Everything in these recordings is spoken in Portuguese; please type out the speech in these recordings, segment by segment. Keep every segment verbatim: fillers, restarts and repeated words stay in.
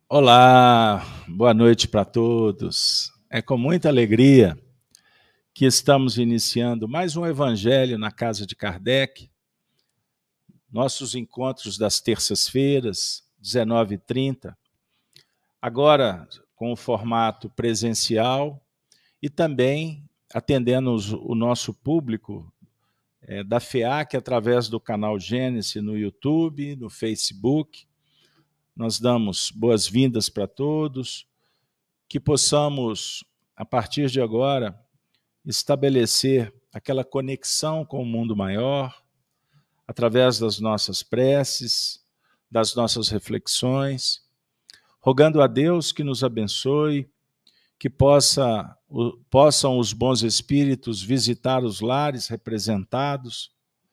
Olá, boa noite para todos. É com muita alegria que estamos iniciando mais um Evangelho na Casa de Kardec. Nossos encontros das terças-feiras, dezenove e trinta, agora com o formato presencial e também atendendo os, o nosso público é, da FEAC através do canal Gênesis no YouTube, no Facebook. Nós damos boas-vindas para todos, que possamos, a partir de agora, estabelecer aquela conexão com o mundo maior, através das nossas preces, das nossas reflexões, rogando a Deus que nos abençoe, que possa, o, possam os bons espíritos visitar os lares representados,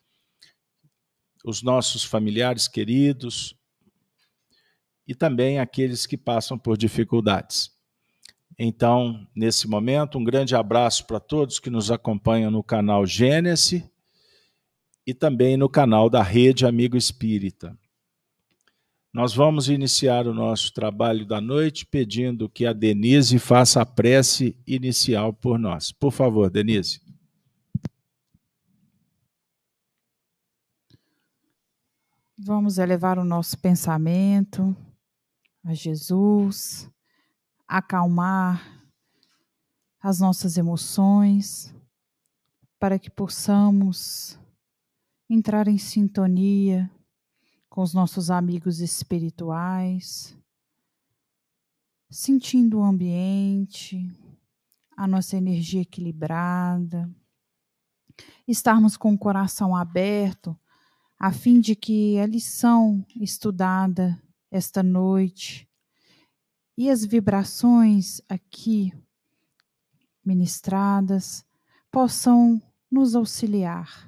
os nossos familiares queridos e também aqueles que passam por dificuldades. Então, nesse momento, um grande abraço para todos que nos acompanham no canal Gênesis e também no canal da Rede Amigo Espírita. Nós vamos iniciar o nosso trabalho da noite pedindo que a Denise faça a prece inicial por nós. Por favor, Denise. Vamos elevar o nosso pensamento a Jesus, acalmar as nossas emoções, para que possamos entrar em sintonia com os nossos amigos espirituais, sentindo o ambiente, a nossa energia equilibrada, estarmos com o coração aberto, a fim de que a lição estudada esta noite e as vibrações aqui ministradas possam nos auxiliar,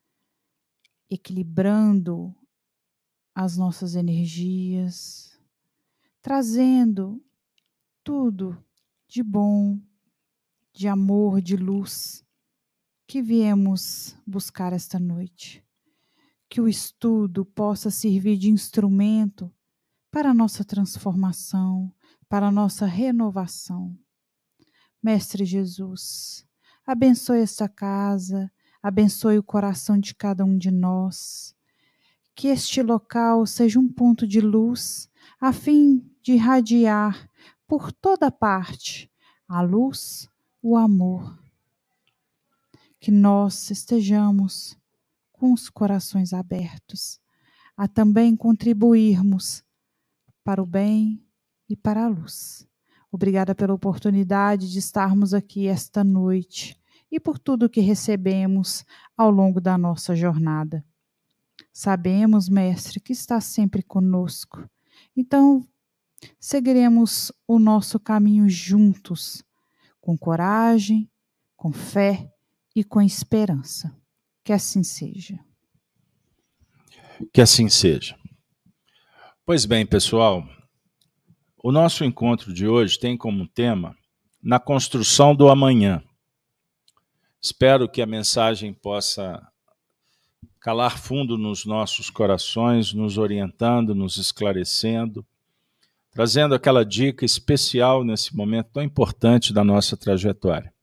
equilibrando as nossas energias, trazendo tudo de bom, de amor, de luz que viemos buscar esta noite. Que o estudo possa servir de instrumento para a nossa transformação, para a nossa renovação. Mestre Jesus, abençoe esta casa, abençoe o coração de cada um de nós. Que este local seja um ponto de luz, a fim de irradiar por toda parte a luz, o amor. Que nós estejamos com os corações abertos, a também contribuirmos para o bem e para a luz. Obrigada pela oportunidade de estarmos aqui esta noite e por tudo que recebemos ao longo da nossa jornada. Sabemos, Mestre, que está sempre conosco, então seguiremos o nosso caminho juntos, com coragem, com fé e com esperança. Que assim seja. Que assim seja. Pois bem, pessoal, o nosso encontro de hoje tem como tema Na Construção do Amanhã. Espero que a mensagem possa calar fundo nos nossos corações, nos orientando, nos esclarecendo, trazendo aquela dica especial nesse momento tão importante da nossa trajetória.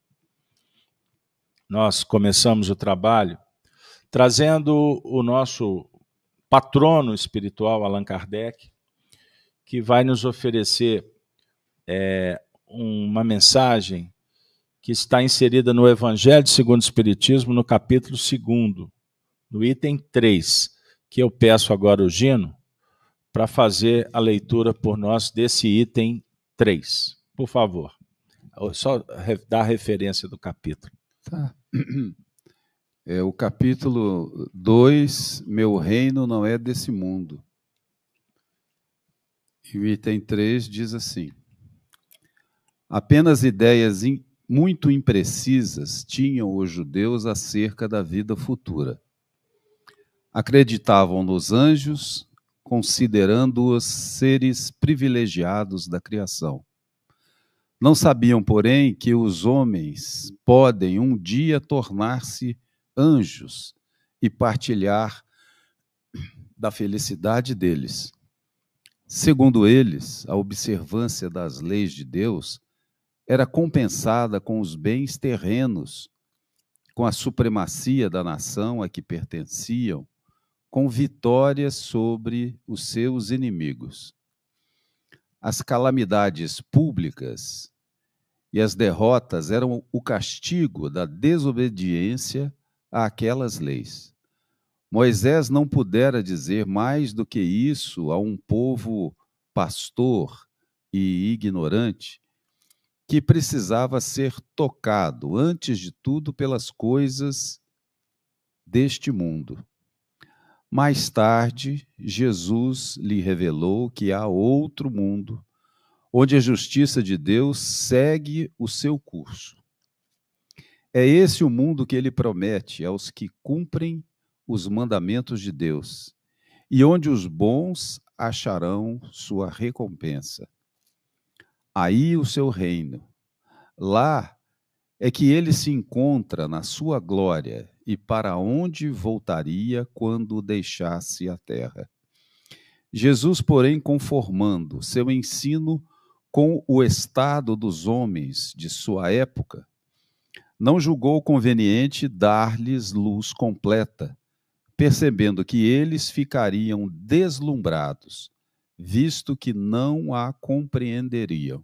Nós começamos o trabalho trazendo o nosso patrono espiritual, Allan Kardec, que vai nos oferecer é, uma mensagem que está inserida no Evangelho segundo o Espiritismo, no capítulo segundo, no item três, que eu peço agora ao Gino para fazer a leitura por nós desse item três. Por favor, só dar a referência do capítulo. Tá. É o capítulo dois, Meu reino não é desse mundo. E o item três diz assim: apenas ideias in, muito imprecisas tinham os judeus acerca da vida futura. Acreditavam nos anjos, considerando-os seres privilegiados da criação. Não sabiam, porém, que os homens podem um dia tornar-se anjos e partilhar da felicidade deles. Segundo eles, a observância das leis de Deus era compensada com os bens terrenos, com a supremacia da nação a que pertenciam, com vitórias sobre os seus inimigos. As calamidades públicas e as derrotas eram o castigo da desobediência àquelas leis. Moisés não pudera dizer mais do que isso a um povo pastor e ignorante, que precisava ser tocado, antes de tudo, pelas coisas deste mundo. Mais tarde, Jesus lhe revelou que há outro mundo, onde a justiça de Deus segue o seu curso. É esse o mundo que ele promete aos que cumprem os mandamentos de Deus, e onde os bons acharão sua recompensa. Aí o seu reino. Lá é que ele se encontra na sua glória e para onde voltaria quando deixasse a terra. Jesus, porém, conformando seu ensino com o estado dos homens de sua época, não julgou conveniente dar-lhes luz completa, percebendo que eles ficariam deslumbrados, visto que não a compreenderiam.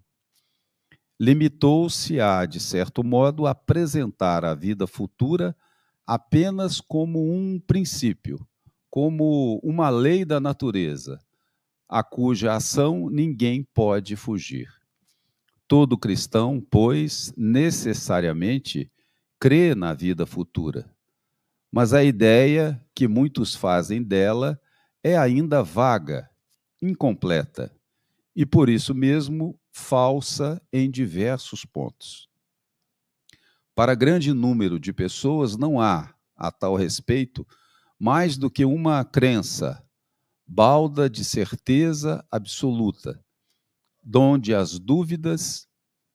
Limitou-se a, de certo modo, apresentar a vida futura apenas como um princípio, como uma lei da natureza, a cuja ação ninguém pode fugir. Todo cristão, pois, necessariamente crê na vida futura. Mas a ideia que muitos fazem dela é ainda vaga, incompleta e, por isso mesmo, falsa em diversos pontos. Para grande número de pessoas não há, a tal respeito, mais do que uma crença, balda de certeza absoluta, donde as dúvidas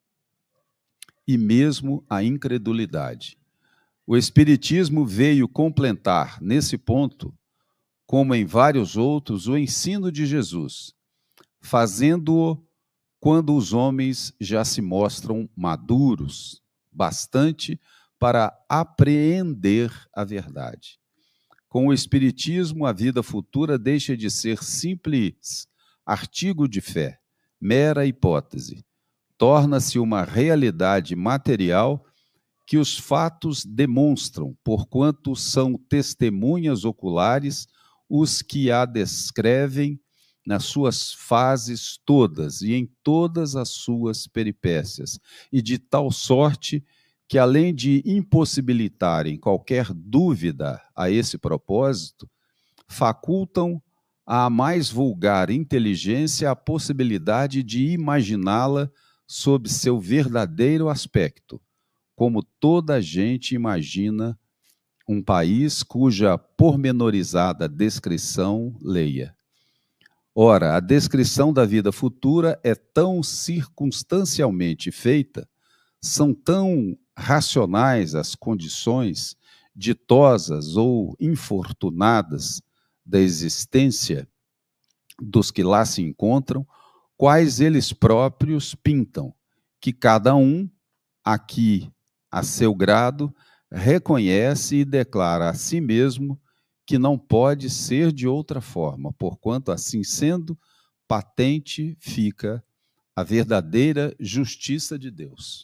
e mesmo a incredulidade. O Espiritismo veio completar, nesse ponto, como em vários outros, o ensino de Jesus, fazendo-o quando os homens já se mostram maduros, bastante para apreender a verdade. Com o Espiritismo, a vida futura deixa de ser simples artigo de fé, mera hipótese. Torna-se uma realidade material que os fatos demonstram, porquanto são testemunhas oculares os que a descrevem nas suas fases todas e em todas as suas peripécias, e de tal sorte que, além de impossibilitarem qualquer dúvida a esse propósito, facultam à mais vulgar inteligência a possibilidade de imaginá-la sob seu verdadeiro aspecto, como toda a gente imagina um país cuja pormenorizada descrição leia. Ora, a descrição da vida futura é tão circunstancialmente feita, são tão racionais as condições ditosas ou infortunadas da existência dos que lá se encontram, quais eles próprios pintam, que cada um, aqui a seu grado, reconhece e declara a si mesmo que não pode ser de outra forma, porquanto, assim sendo, patente fica a verdadeira justiça de Deus.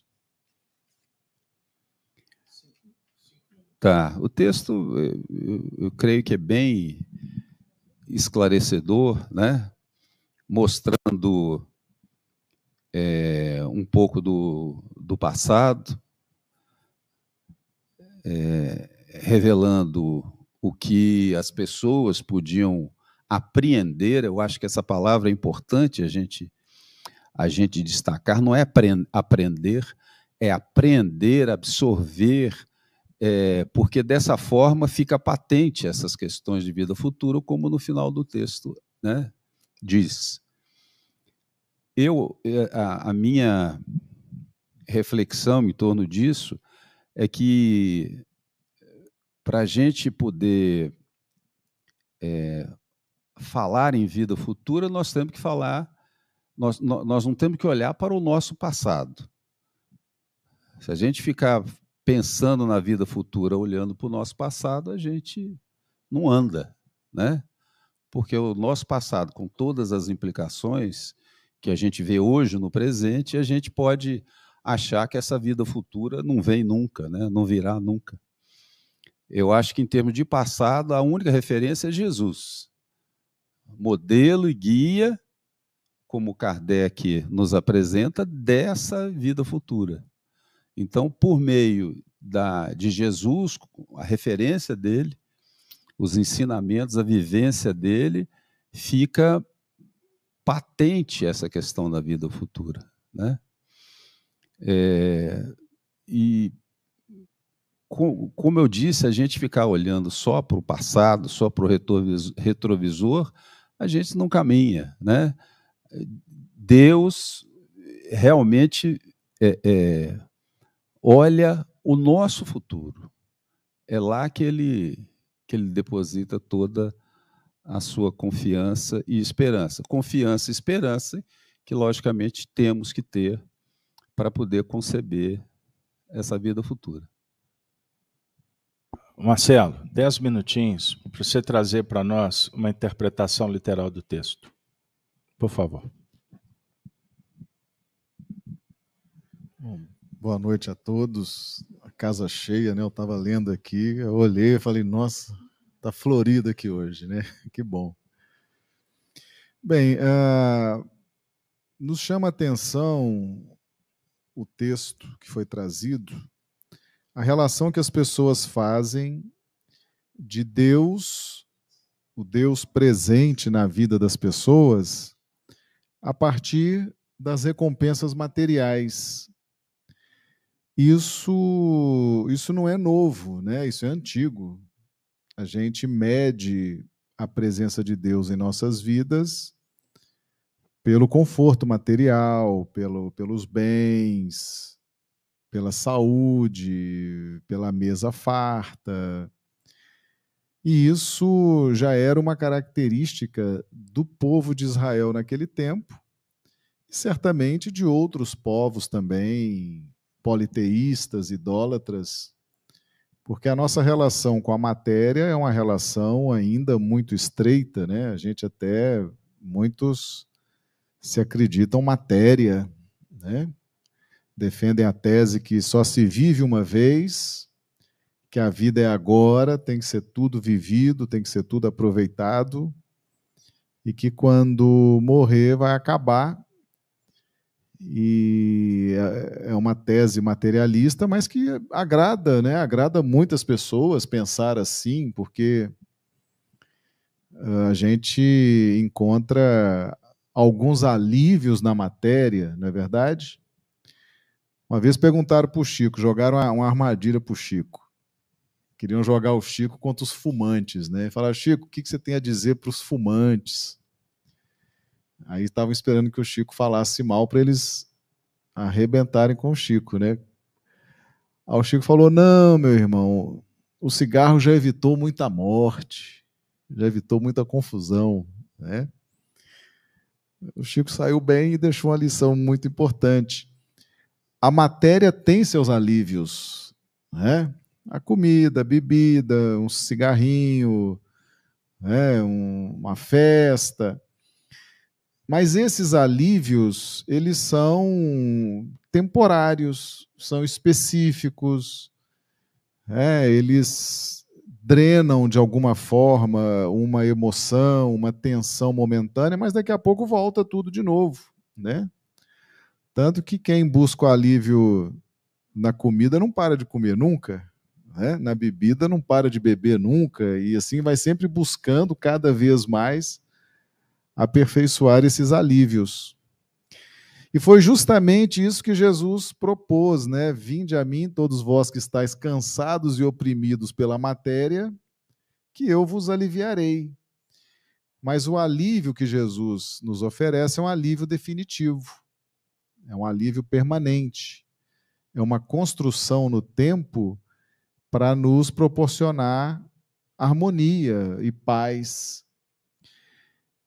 Tá, o texto, eu, eu creio que é bem esclarecedor, né? Mostrando é, um pouco do, do passado, é, revelando o que as pessoas podiam apreender. Eu acho que essa palavra é importante a gente, a gente destacar, não é aprender, é aprender, absorver, é, porque dessa forma fica patente essas questões de vida futura, como no final do texto, né, diz. Eu, a, a minha reflexão em torno disso é que, para a gente poder é, falar em vida futura, nós temos que falar, nós, nós não temos que olhar para o nosso passado. Se a gente ficar pensando na vida futura, olhando para o nosso passado, a gente não anda, né? Porque o nosso passado, com todas as implicações que a gente vê hoje no presente, a gente pode achar que essa vida futura não vem nunca, né? Não virá nunca. Eu acho que, em termos de passado, a única referência é Jesus. Modelo e guia, como Kardec nos apresenta, dessa vida futura. Então, por meio da, de Jesus, a referência dele, os ensinamentos, a vivência dele, fica patente essa questão da vida futura, né? É, e, com, como eu disse, a gente ficar olhando só para o passado, só para o retrovisor, a gente não caminha, né? Deus realmente é, é, olha o nosso futuro. É lá que ele, que ele deposita toda a sua confiança e esperança. Confiança e esperança que, logicamente, temos que ter para poder conceber essa vida futura. Marcelo, dez minutinhos para você trazer para nós uma interpretação literal do texto. Por favor. Bom, boa noite a todos. A casa cheia, né? Eu estava lendo aqui, eu olhei e falei, nossa, está florido aqui hoje, né? Que bom. Bem, uh, nos chama a atenção o texto que foi trazido, a relação que as pessoas fazem de Deus, o Deus presente na vida das pessoas, a partir das recompensas materiais. Isso, isso não é novo, né? Isso é antigo. A gente mede a presença de Deus em nossas vidas pelo conforto material, pelo, pelos bens, pela saúde, pela mesa farta. E isso já era uma característica do povo de Israel naquele tempo, e certamente de outros povos também, politeístas, idólatras, porque a nossa relação com a matéria é uma relação ainda muito estreita, né? A gente até, muitos se acreditam matéria, né? Defendem a tese que só se vive uma vez, que a vida é agora, tem que ser tudo vivido, tem que ser tudo aproveitado, e que quando morrer vai acabar. E é uma tese materialista, mas que agrada, né? Agrada muitas pessoas pensar assim, porque a gente encontra alguns alívios na matéria, não é verdade? Uma vez perguntaram para o Chico, jogaram uma, uma armadilha para o Chico. Queriam jogar o Chico contra os fumantes, né? Falaram, Chico, o que você tem a dizer para os fumantes? Aí estavam esperando que o Chico falasse mal para eles arrebentarem com o Chico, né? Aí o Chico falou, não, meu irmão, o cigarro já evitou muita morte, já evitou muita confusão, né? O Chico saiu bem e deixou uma lição muito importante. A matéria tem seus alívios, né? A comida, a bebida, um cigarrinho, né? um, uma festa. Mas esses alívios, eles são temporários, são específicos, né? Eles drenam de alguma forma uma emoção, uma tensão momentânea, mas daqui a pouco volta tudo de novo, né? Tanto que quem busca o alívio na comida não para de comer nunca, né? Na bebida não para de beber nunca, e assim vai sempre buscando cada vez mais aperfeiçoar esses alívios. E foi justamente isso que Jesus propôs, né? Vinde a mim, todos vós que estáis cansados e oprimidos pela matéria, que eu vos aliviarei. Mas o alívio que Jesus nos oferece é um alívio definitivo, é um alívio permanente, é uma construção no tempo para nos proporcionar harmonia e paz.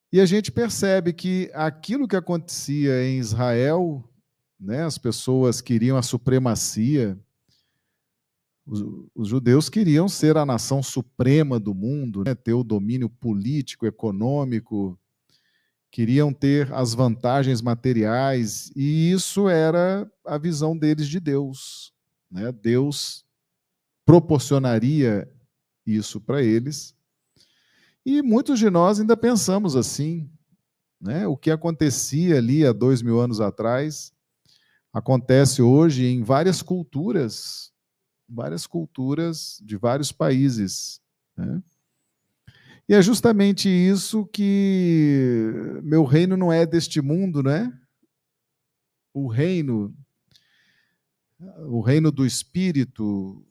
E a gente percebe que aquilo que acontecia em Israel, né, as pessoas queriam a supremacia, os, os judeus queriam ser a nação suprema do mundo, né, ter o domínio político, econômico, queriam ter as vantagens materiais, e isso era a visão deles de Deus, né? Deus proporcionaria isso para eles, e muitos de nós ainda pensamos assim, né? O que acontecia ali há dois mil anos atrás acontece hoje em várias culturas, várias culturas de vários países, né? E é justamente isso que meu reino não é deste mundo, né? O reino, o reino do Espírito,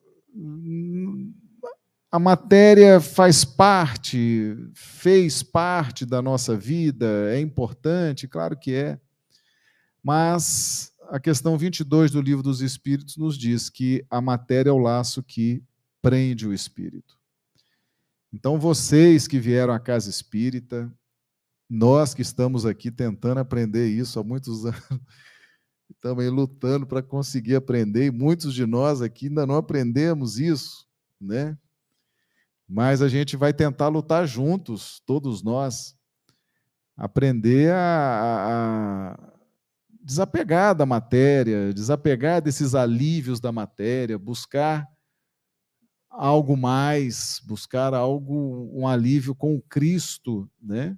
a matéria faz parte, fez parte da nossa vida, é importante, claro que é, mas a questão vinte e dois do Livro dos Espíritos nos diz que a matéria é o laço que prende o espírito. Então, vocês que vieram à Casa Espírita, nós que estamos aqui tentando aprender isso há muitos anos, estamos aí lutando para conseguir aprender, e muitos de nós aqui ainda não aprendemos isso, né? Mas a gente vai tentar lutar juntos, todos nós, aprender a, a desapegar da matéria, desapegar desses alívios da matéria, buscar algo mais, buscar algo, um alívio com o Cristo, né?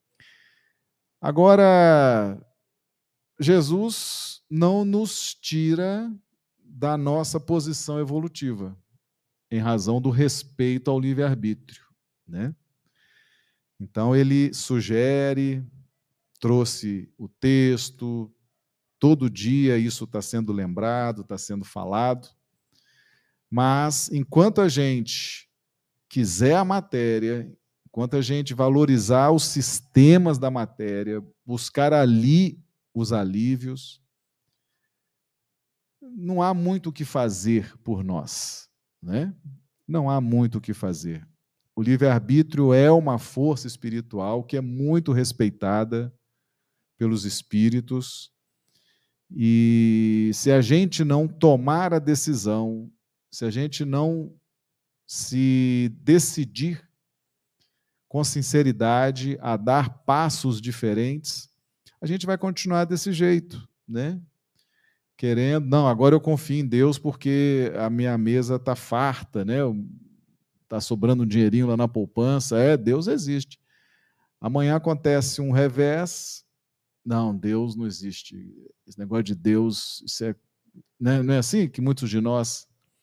Agora, Jesus não nos tira da nossa posição evolutiva, em razão do respeito ao livre-arbítrio, né? Então, ele sugere, trouxe o texto, todo dia isso está sendo lembrado, está sendo falado, mas enquanto a gente quiser a matéria, enquanto a gente valorizar os sistemas da matéria, buscar ali os alívios, não há muito o que fazer por nós, né? Não há muito o que fazer. O livre-arbítrio é uma força espiritual que é muito respeitada pelos espíritos, e se a gente não tomar a decisão, se a gente não se decidir com sinceridade a dar passos diferentes, a gente vai continuar desse jeito, né? Querendo, não, agora eu confio em Deus porque a minha mesa está farta, né? Está sobrando um dinheirinho lá na poupança. É, Deus existe. Amanhã acontece um revés. Não, Deus não existe. Esse negócio de Deus, isso é, né? Não é assim que muitos de nós...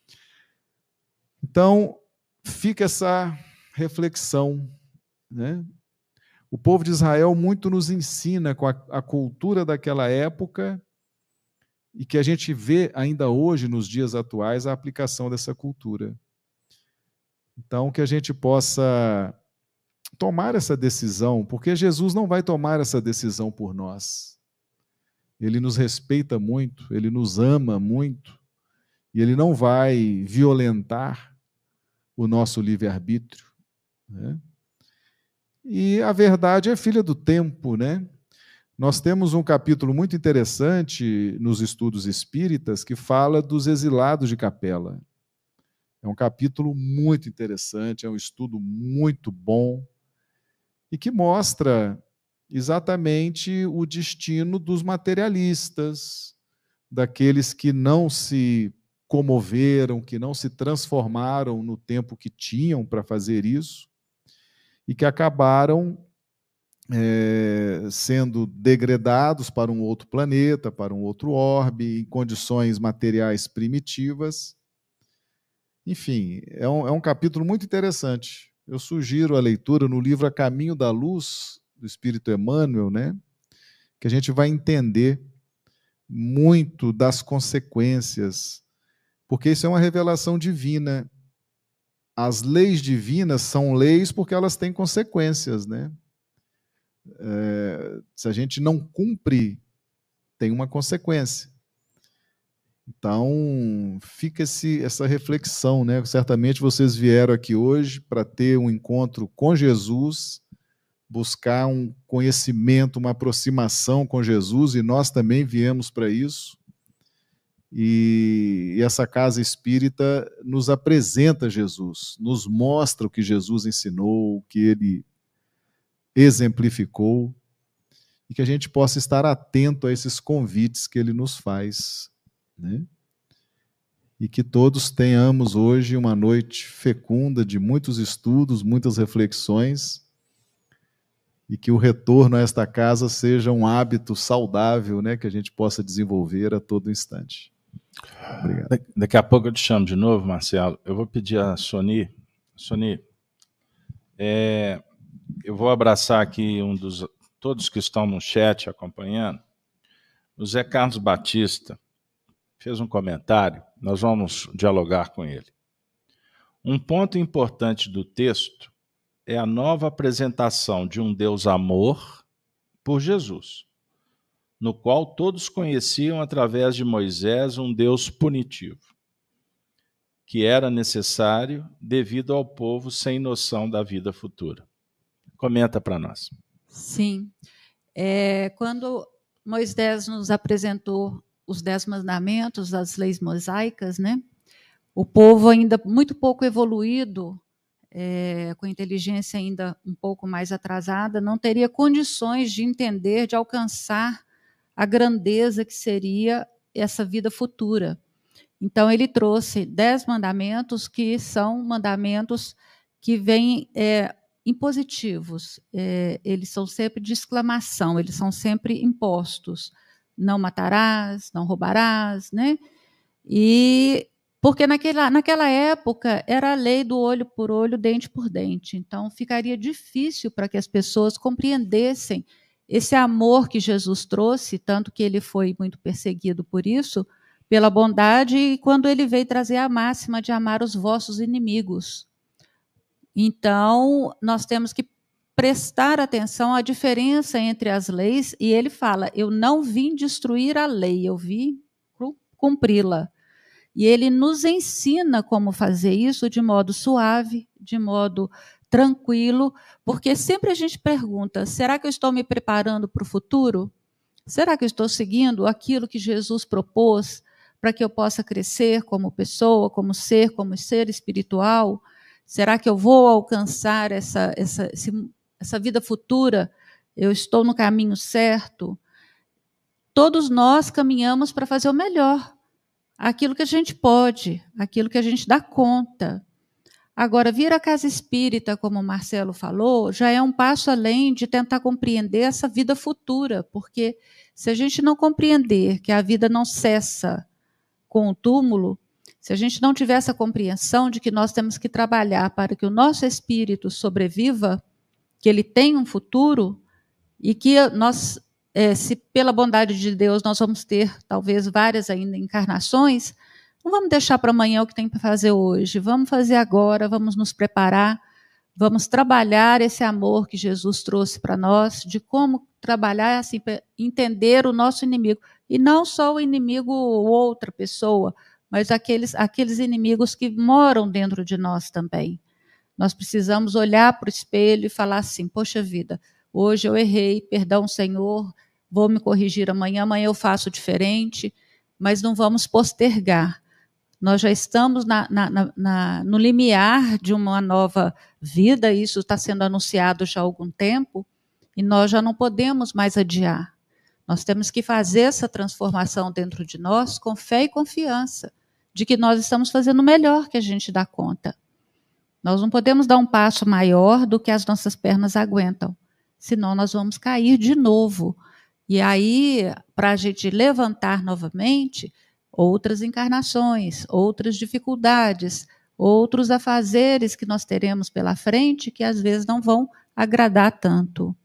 Então, fica essa reflexão, né? O povo de Israel muito nos ensina com a, a cultura daquela época e que a gente vê ainda hoje, nos dias atuais, a aplicação dessa cultura. Então, que a gente possa tomar essa decisão, porque Jesus não vai tomar essa decisão por nós. Ele nos respeita muito, ele nos ama muito, e ele não vai violentar o nosso livre-arbítrio, né? E a verdade é filha do tempo, né? Nós temos um capítulo muito interessante nos estudos espíritas que fala dos exilados de capela. É um capítulo muito interessante, é um estudo muito bom e que mostra exatamente o destino dos materialistas, daqueles que não se comoveram, que não se transformaram no tempo que tinham para fazer isso e que acabaram é, sendo degradados para um outro planeta, para um outro orbe, em condições materiais primitivas. Enfim, é um, é um capítulo muito interessante. Eu sugiro a leitura no livro A Caminho da Luz, do Espírito Emmanuel, né? Que a gente vai entender muito das consequências, porque isso é uma revelação divina. As leis divinas são leis porque elas têm consequências, né? É, se a gente não cumpre, tem uma consequência. Então, fica esse, essa reflexão, né? Certamente vocês vieram aqui hoje para ter um encontro com Jesus, buscar um conhecimento, uma aproximação com Jesus, e nós também viemos para isso. E, e essa casa espírita nos apresenta Jesus, nos mostra o que Jesus ensinou, o que ele exemplificou, e que a gente possa estar atento a esses convites que ele nos faz, né? E que todos tenhamos hoje uma noite fecunda de muitos estudos, muitas reflexões, e que o retorno a esta casa seja um hábito saudável, né, que a gente possa desenvolver a todo instante. Obrigado. Daqui a pouco eu te chamo de novo, Marcelo. Eu vou pedir a Soni. Soni, é, eu vou abraçar aqui um dos, todos que estão no chat acompanhando. O Zé Carlos Batista fez um comentário, nós vamos dialogar com ele. Um ponto importante do texto é a nova apresentação de um Deus amor por Jesus, no qual todos conheciam através de Moisés um Deus punitivo, que era necessário devido ao povo sem noção da vida futura. Comenta para nós. Sim. É, quando Moisés nos apresentou os Dez Mandamentos, as leis mosaicas, né? O povo ainda muito pouco evoluído, é, com inteligência ainda um pouco mais atrasada, não teria condições de entender, de alcançar a grandeza que seria essa vida futura. Então, ele trouxe dez mandamentos que são mandamentos que vêm é, impositivos. É, eles são sempre de exclamação, eles são sempre impostos. Não matarás, não roubarás, né? E porque naquela, naquela época era a lei do olho por olho, dente por dente. Então, ficaria difícil para que as pessoas compreendessem esse amor que Jesus trouxe, tanto que ele foi muito perseguido por isso, pela bondade, e quando ele veio trazer a máxima de amar os vossos inimigos. Então, nós temos que prestar atenção à diferença entre as leis, e ele fala, eu não vim destruir a lei, eu vim cumpri-la. E ele nos ensina como fazer isso de modo suave, de modo tranquilo, porque sempre a gente pergunta, será que eu estou me preparando para o futuro? Será que eu estou seguindo aquilo que Jesus propôs para que eu possa crescer como pessoa, como ser, como ser espiritual? Será que eu vou alcançar essa, essa, essa vida futura? Eu estou no caminho certo? Todos nós caminhamos para fazer o melhor, aquilo que a gente pode, aquilo que a gente dá conta. Agora, vir à casa espírita, como o Marcelo falou, já é um passo além de tentar compreender essa vida futura, porque se a gente não compreender que a vida não cessa com o túmulo, se a gente não tiver essa compreensão de que nós temos que trabalhar para que o nosso espírito sobreviva, que ele tenha um futuro, e que nós, é, se pela bondade de Deus nós vamos ter talvez várias ainda encarnações, não vamos deixar para amanhã o que tem para fazer hoje, vamos fazer agora, vamos nos preparar, vamos trabalhar esse amor que Jesus trouxe para nós, de como trabalhar, assim, para entender o nosso inimigo, e não só o inimigo ou outra pessoa, mas aqueles, aqueles inimigos que moram dentro de nós também. Nós precisamos olhar para o espelho e falar assim, poxa vida, hoje eu errei, perdão, Senhor, vou me corrigir amanhã, amanhã eu faço diferente, mas não vamos postergar. Nós já estamos na, na, na, na, no limiar de uma nova vida, isso está sendo anunciado já há algum tempo, e nós já não podemos mais adiar. Nós temos que fazer essa transformação dentro de nós com fé e confiança de que nós estamos fazendo o melhor que a gente dá conta. Nós não podemos dar um passo maior do que as nossas pernas aguentam, senão nós vamos cair de novo. E aí, para a gente levantar novamente, outras encarnações, outras dificuldades, outros afazeres que nós teremos pela frente que às vezes não vão agradar tanto.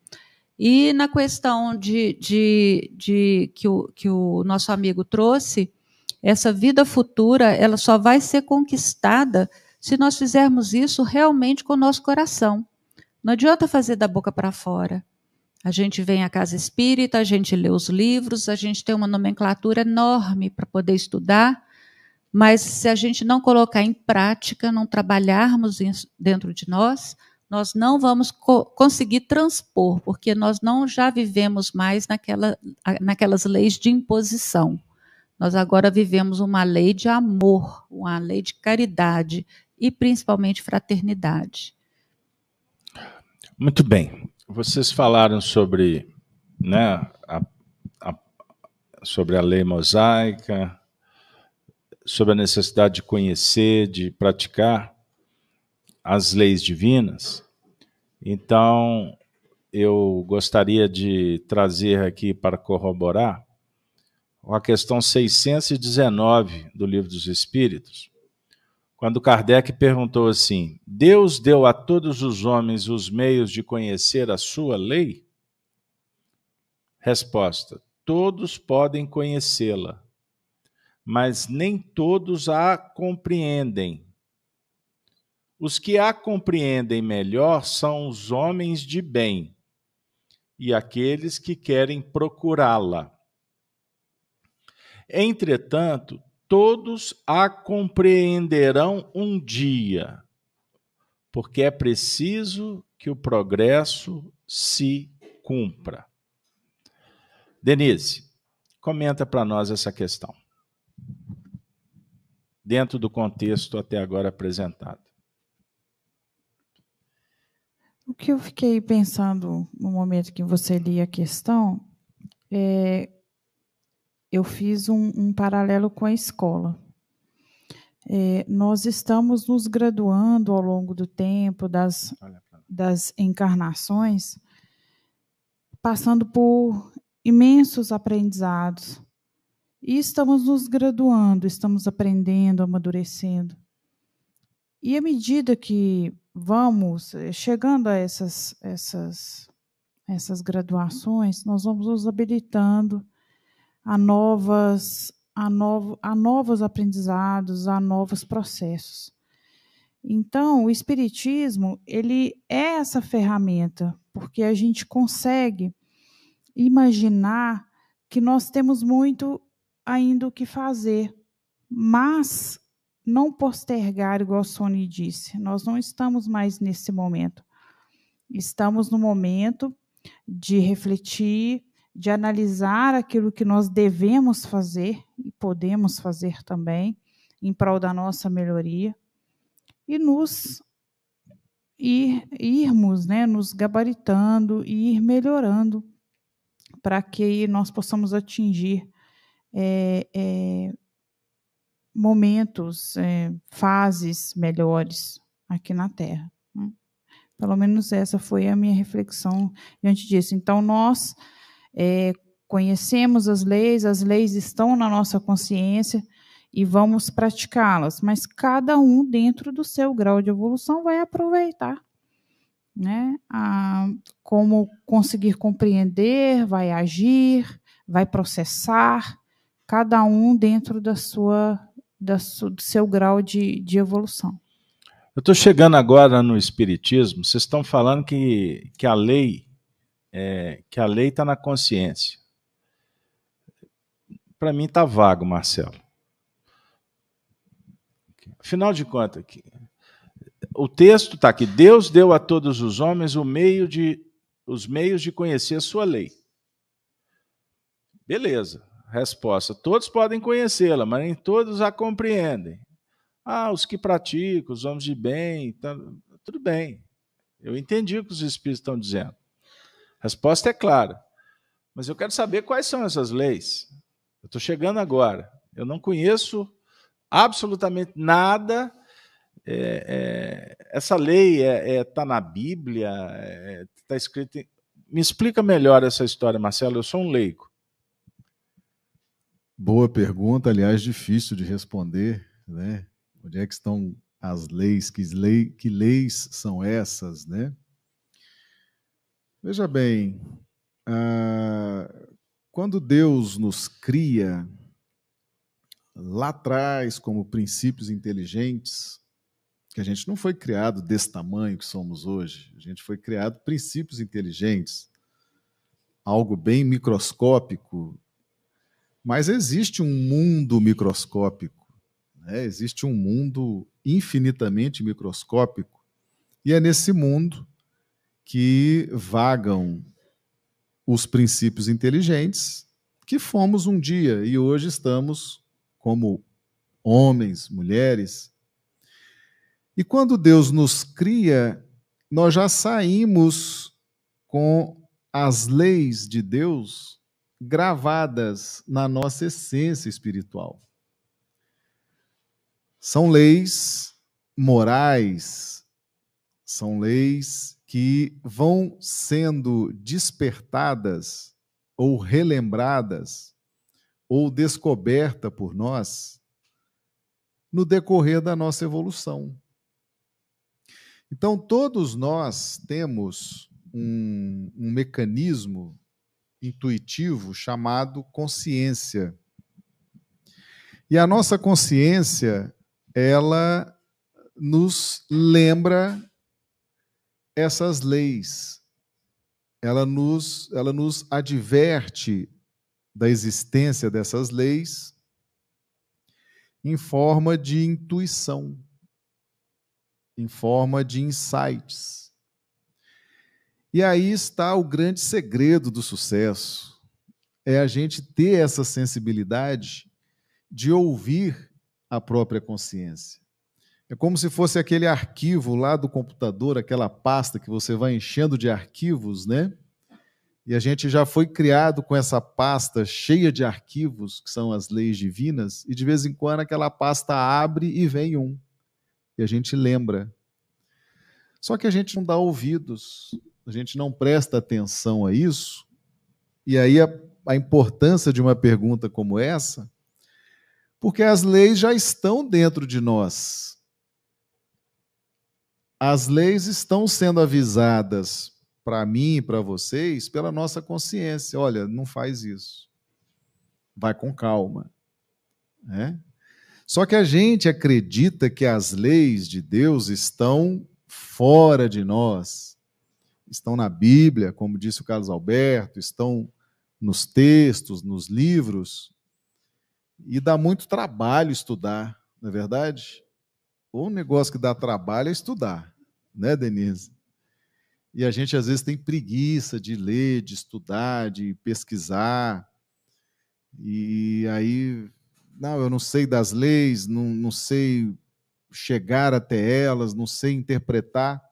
E na questão de, de, de que, o, que o nosso amigo trouxe, essa vida futura ela só vai ser conquistada se nós fizermos isso realmente com o nosso coração. Não adianta fazer da boca para fora. A gente vem à casa espírita, a gente lê os livros, a gente tem uma nomenclatura enorme para poder estudar, mas se a gente não colocar em prática, não trabalharmos dentro de nós, nós não vamos co conseguir transpor, porque nós não já vivemos mais naquela, naquelas leis de imposição. Nós agora vivemos uma lei de amor, uma lei de caridade e principalmente fraternidade. Muito bem. Vocês falaram sobre, né, a, a, sobre a lei mosaica, sobre a necessidade de conhecer, de praticar as leis divinas. Então, eu gostaria de trazer aqui para corroborar a questão seiscentos e dezenove do Livro dos Espíritos, quando Kardec perguntou assim: Deus deu a todos os homens os meios de conhecer a sua lei? Resposta: todos podem conhecê-la, mas nem todos a compreendem. Os que a compreendem melhor são os homens de bem e aqueles que querem procurá-la. Entretanto, todos a compreenderão um dia, porque é preciso que o progresso se cumpra. Denise, comenta para nós essa questão, dentro do contexto até agora apresentado. O que eu fiquei pensando no momento que você lia a questão, é, eu fiz um, um paralelo com a escola. É, nós estamos nos graduando ao longo do tempo, das, das encarnações, passando por imensos aprendizados. E estamos nos graduando, estamos aprendendo, amadurecendo. E à medida que vamos chegando a essas, essas, essas graduações, nós vamos nos habilitando a novas, a, novo, a novos aprendizados, a novos processos. Então, o Espiritismo, ele é essa ferramenta, porque a gente consegue imaginar que nós temos muito ainda o que fazer, mas não postergar, igual a Sônia disse. Nós não estamos mais nesse momento. Estamos no momento de refletir, de analisar aquilo que nós devemos fazer e podemos fazer também em prol da nossa melhoria e nos ir, irmos, né, nos gabaritando e ir melhorando para que nós possamos atingir é, é, momentos, é, fases melhores aqui na Terra. Né? Pelo menos essa foi a minha reflexão diante disso. Então, nós é, conhecemos as leis, as leis estão na nossa consciência e vamos praticá-las, mas cada um, dentro do seu grau de evolução, vai aproveitar, né? A, como conseguir compreender, vai agir, vai processar, cada um dentro da sua, da su, do seu grau de, de evolução. Eu estou chegando agora no Espiritismo, vocês estão falando que, que a lei é, que a lei está na consciência. Para mim está vago, Marcelo. Afinal de contas, aqui, o texto está aqui: Deus deu a todos os homens o meio de, os meios de conhecer a sua lei. Beleza, resposta: todos podem conhecê-la, mas nem todos a compreendem. Ah, os que praticam, os homens de bem, tá, tudo bem. Eu entendi o que os espíritos estão dizendo. A resposta é clara. Mas eu quero saber quais são essas leis. Eu estou chegando agora. Eu não conheço absolutamente nada. É, é, essa lei está é, é, na Bíblia, está é, escrita. Em... Me explica melhor essa história, Marcelo. Eu sou um leigo. Boa pergunta, aliás, difícil de responder, né? Onde é que estão as leis? Que, lei, que leis são essas, né? Veja bem, ah, quando Deus nos cria lá atrás como princípios inteligentes, que a gente não foi criado desse tamanho que somos hoje, a gente foi criado princípios inteligentes, algo bem microscópico, mas existe um mundo microscópico, né? Existe um mundo infinitamente microscópico E é nesse mundo que vagam os princípios inteligentes que fomos um dia e hoje estamos como homens, mulheres. E quando Deus nos cria, nós já saímos com as leis de Deus gravadas na nossa essência espiritual. São leis morais, são leis que vão sendo despertadas ou relembradas ou descobertas por nós no decorrer da nossa evolução. Então, todos nós temos um, um mecanismo intuitivo chamado consciência. E a nossa consciência, ela nos lembra essas leis. Ela nos, ela nos adverte da existência dessas leis em forma de intuição, em forma de insights. E aí está o grande segredo do sucesso, é a gente ter essa sensibilidade de ouvir a própria consciência. É como se fosse aquele arquivo lá do computador, aquela pasta que você vai enchendo de arquivos, né? E a gente já foi criado com essa pasta cheia de arquivos, que são as leis divinas, e de vez em quando aquela pasta abre e vem um. E a gente lembra. Só que a gente não dá ouvidos, a gente não presta atenção a isso. E aí a, a importância de uma pergunta como essa, porque as leis já estão dentro de nós. As leis estão sendo avisadas para mim e para vocês pela nossa consciência. Olha, não faz isso. Vai com calma. Né? Só que a gente acredita que as leis de Deus estão fora de nós. Estão na Bíblia, como disse o Carlos Alberto, estão nos textos, nos livros. E dá muito trabalho estudar, não é verdade? Ou um negócio que dá trabalho é estudar, né, Denise? E a gente, às vezes, tem preguiça de ler, de estudar, de pesquisar. E aí, não, eu não sei das leis, não, não sei chegar até elas, não sei interpretar,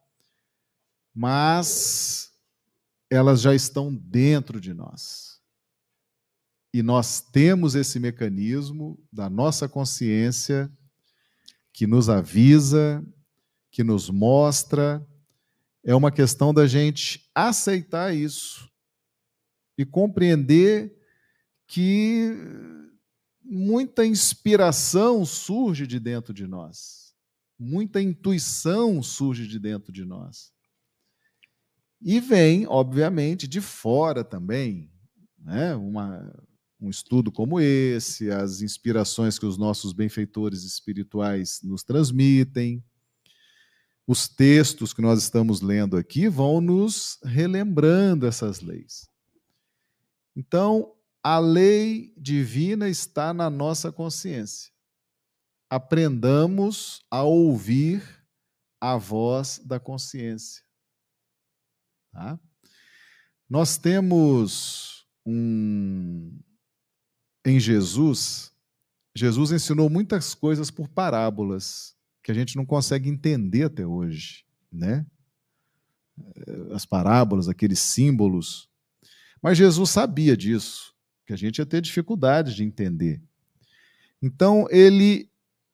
mas elas já estão dentro de nós. E nós temos esse mecanismo da nossa consciência que nos avisa, que nos mostra. É uma questão da gente aceitar isso e compreender que muita inspiração surge de dentro de nós, muita intuição surge de dentro de nós. E vem, obviamente, de fora também, né? Uma, um estudo como esse, as inspirações que os nossos benfeitores espirituais nos transmitem, os textos que nós estamos lendo aqui vão nos relembrando essas leis. Então, a lei divina está na nossa consciência. Aprendamos a ouvir a voz da consciência. Tá? Nós temos um... Em Jesus, Jesus ensinou muitas coisas por parábolas, que a gente não consegue entender até hoje, né? As parábolas, aqueles símbolos. Mas Jesus sabia disso, que a gente ia ter dificuldade de entender. Então, ele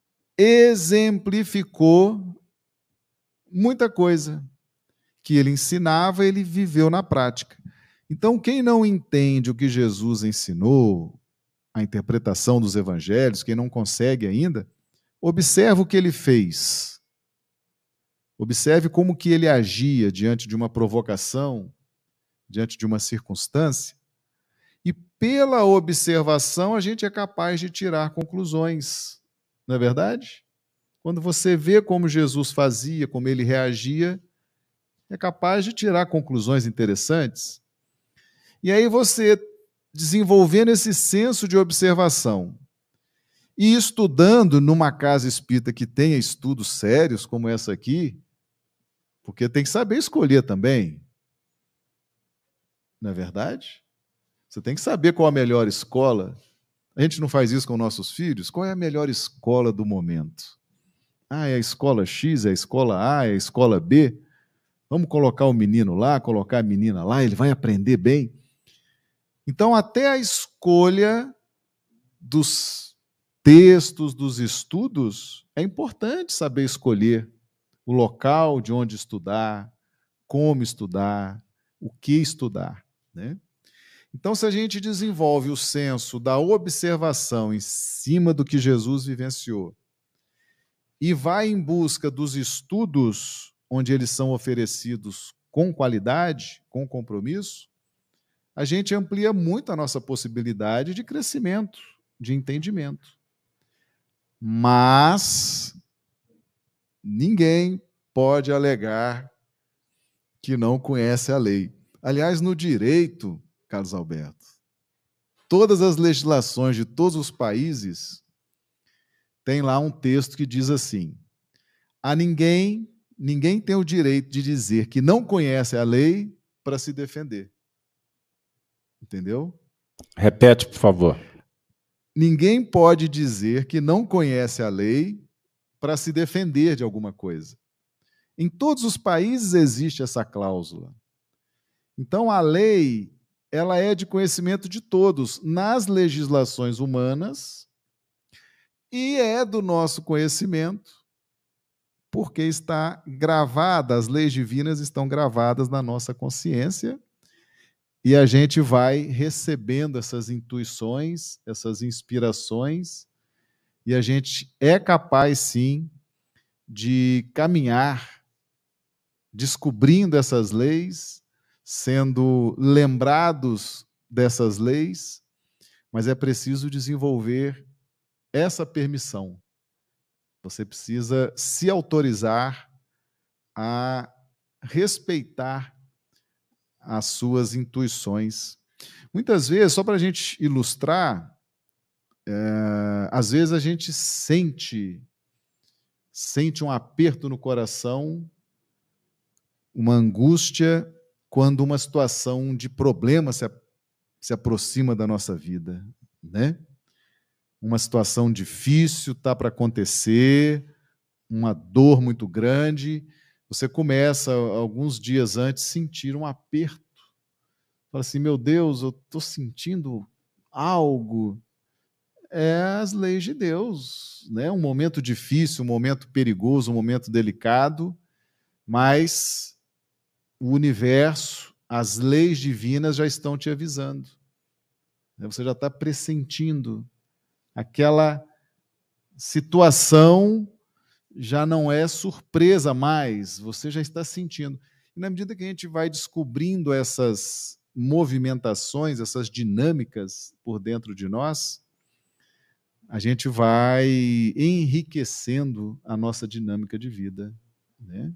exemplificou muita coisa que ele ensinava, ele viveu na prática. Então, quem não entende o que Jesus ensinou, a interpretação dos evangelhos, quem não consegue ainda, observa o que ele fez. Observe como que ele agia diante de uma provocação, diante de uma circunstância, e pela observação a gente é capaz de tirar conclusões, não é verdade? Quando você vê como Jesus fazia, como ele reagia, é capaz de tirar conclusões interessantes. E aí você, desenvolvendo esse senso de observação e estudando numa casa espírita que tenha estudos sérios, como essa aqui, Porque tem que saber escolher também. Não é verdade? Você tem que saber qual a melhor escola. A gente não faz isso com nossos filhos? Qual é a melhor escola do momento? Ah, é a escola X, é a escola A, é a escola B. Vamos colocar o menino lá, colocar a menina lá, ele vai aprender bem. Então, até a escolha dos textos, dos estudos, é importante saber escolher o local de onde estudar, como estudar, o que estudar, né? Então, se a gente desenvolve o senso da observação em cima do que Jesus vivenciou e vai em busca dos estudos onde eles são oferecidos com qualidade, com compromisso, a gente amplia muito a nossa possibilidade de crescimento, de entendimento. Mas ninguém pode alegar que não conhece a lei. Aliás, no direito, Carlos Alberto, todas as legislações de todos os países tem lá um texto que diz assim: a ninguém, ninguém tem o direito de dizer que não conhece a lei para se defender. Entendeu? Repete, por favor. Ninguém pode dizer que não conhece a lei para se defender de alguma coisa. Em todos os países existe essa cláusula. Então, a lei, ela é de conhecimento de todos nas legislações humanas e é do nosso conhecimento porque está gravada, as leis divinas estão gravadas na nossa consciência e a gente vai recebendo essas intuições, essas inspirações e a gente é capaz, sim, de caminhar descobrindo essas leis, sendo lembrados dessas leis, mas é preciso desenvolver essa permissão. Você precisa se autorizar a respeitar as suas intuições. Muitas vezes, só para a gente ilustrar, é, às vezes a gente sente, sente um aperto no coração, uma angústia, quando uma situação de problema se, se aproxima da nossa vida, né? Uma situação difícil está para acontecer, uma dor muito grande, você começa, alguns dias antes, sentir um aperto. Fala assim, meu Deus, eu estou sentindo algo. É as leis de Deus, né? Um momento difícil, um momento perigoso, um momento delicado, mas o universo, as leis divinas já estão te avisando. Você já está pressentindo. Aquela situação já não é surpresa mais, você já está sentindo. E na medida que a gente vai descobrindo essas movimentações, essas dinâmicas por dentro de nós, a gente vai enriquecendo a nossa dinâmica de vida, né?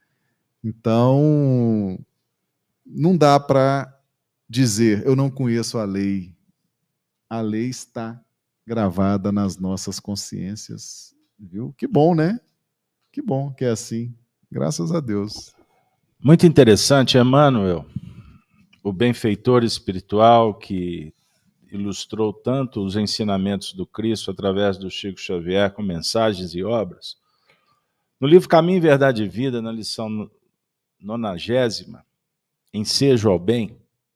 Então, não dá para dizer, eu não conheço a lei. A lei está gravada nas nossas consciências, viu? Que bom, né? Que bom que é assim. Graças a Deus. Muito interessante, Emmanuel, o benfeitor espiritual que ilustrou tanto os ensinamentos do Cristo através do Chico Xavier com mensagens e obras. No livro Caminho, Verdade e Vida, na lição nonagésima, Ensejo ao Bem,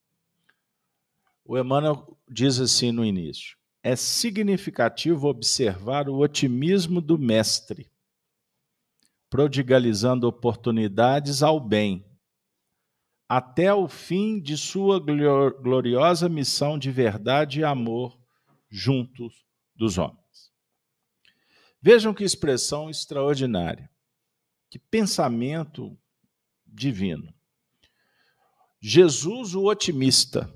o Emmanuel diz assim no início: é significativo observar o otimismo do mestre, prodigalizando oportunidades ao bem, até o fim de sua gloriosa missão de verdade e amor junto dos homens. Vejam que expressão extraordinária, que pensamento divino. Jesus, o otimista.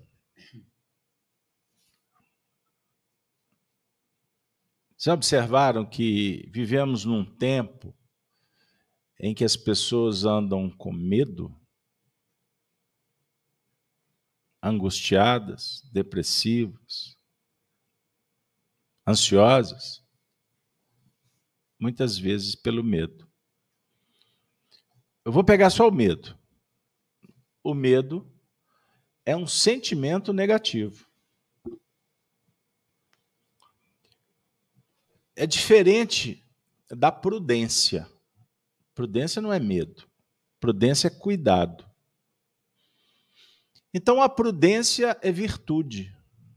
Vocês observaram que vivemos num tempo em que as pessoas andam com medo, angustiadas, depressivas, ansiosas, muitas vezes pelo medo. Eu vou pegar só o medo. O medo é um sentimento negativo. É diferente da prudência. Prudência não é medo. Prudência é cuidado. Então, a prudência é virtude.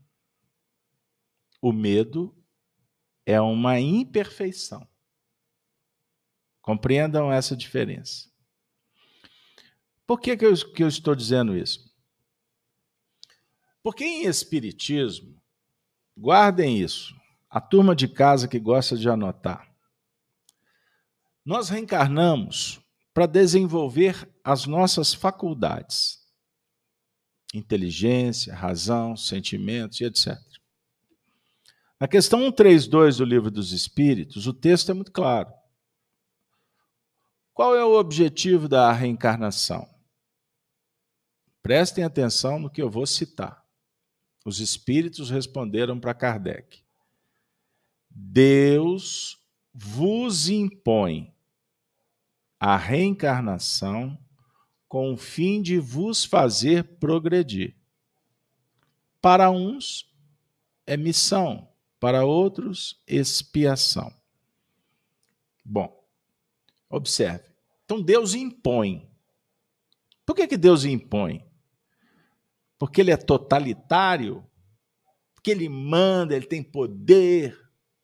O medo é uma imperfeição. Compreendam essa diferença. Por que que eu, que eu estou dizendo isso? Porque em Espiritismo, guardem isso, a turma de casa que gosta de anotar, nós reencarnamos para desenvolver as nossas faculdades, inteligência, razão, sentimentos e etcétera. Na questão cento e trinta e dois do Livro dos Espíritos, o texto é muito claro. Qual é o objetivo da reencarnação? Prestem atenção no que eu vou citar. Os espíritos responderam para Kardec: Deus vos impõe a reencarnação com o fim de vos fazer progredir. Para uns é missão, para outros expiação. Bom, observe. Então Deus impõe. Por que que Deus impõe? Porque ele é totalitário? Porque ele manda, ele tem poder?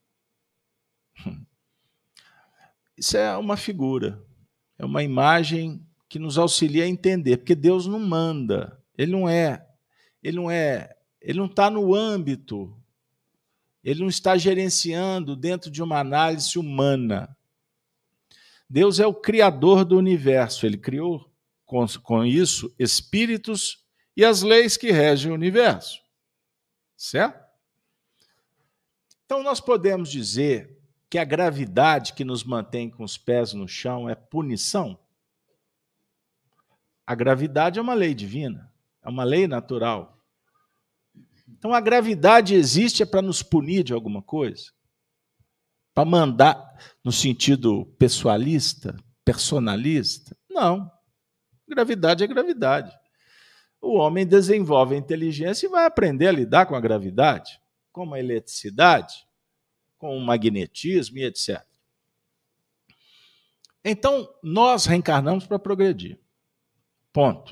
Isso é uma figura, é uma imagem que nos auxilia a entender, porque Deus não manda, ele não é, ele não é, ele não está no âmbito, ele não está gerenciando dentro de uma análise humana. Deus é o criador do universo, ele criou com, com isso espíritos e as leis que regem o universo, certo? Então nós podemos dizer que a gravidade que nos mantém com os pés no chão é punição? A gravidade é uma lei divina, é uma lei natural. Então a gravidade existe é para nos punir de alguma coisa? Para mandar no sentido pessoalista, personalista? Não. Gravidade é gravidade. O homem desenvolve a inteligência e vai aprender a lidar com a gravidade, com a eletricidade, com o magnetismo e etcétera. Então, nós reencarnamos para progredir. Ponto.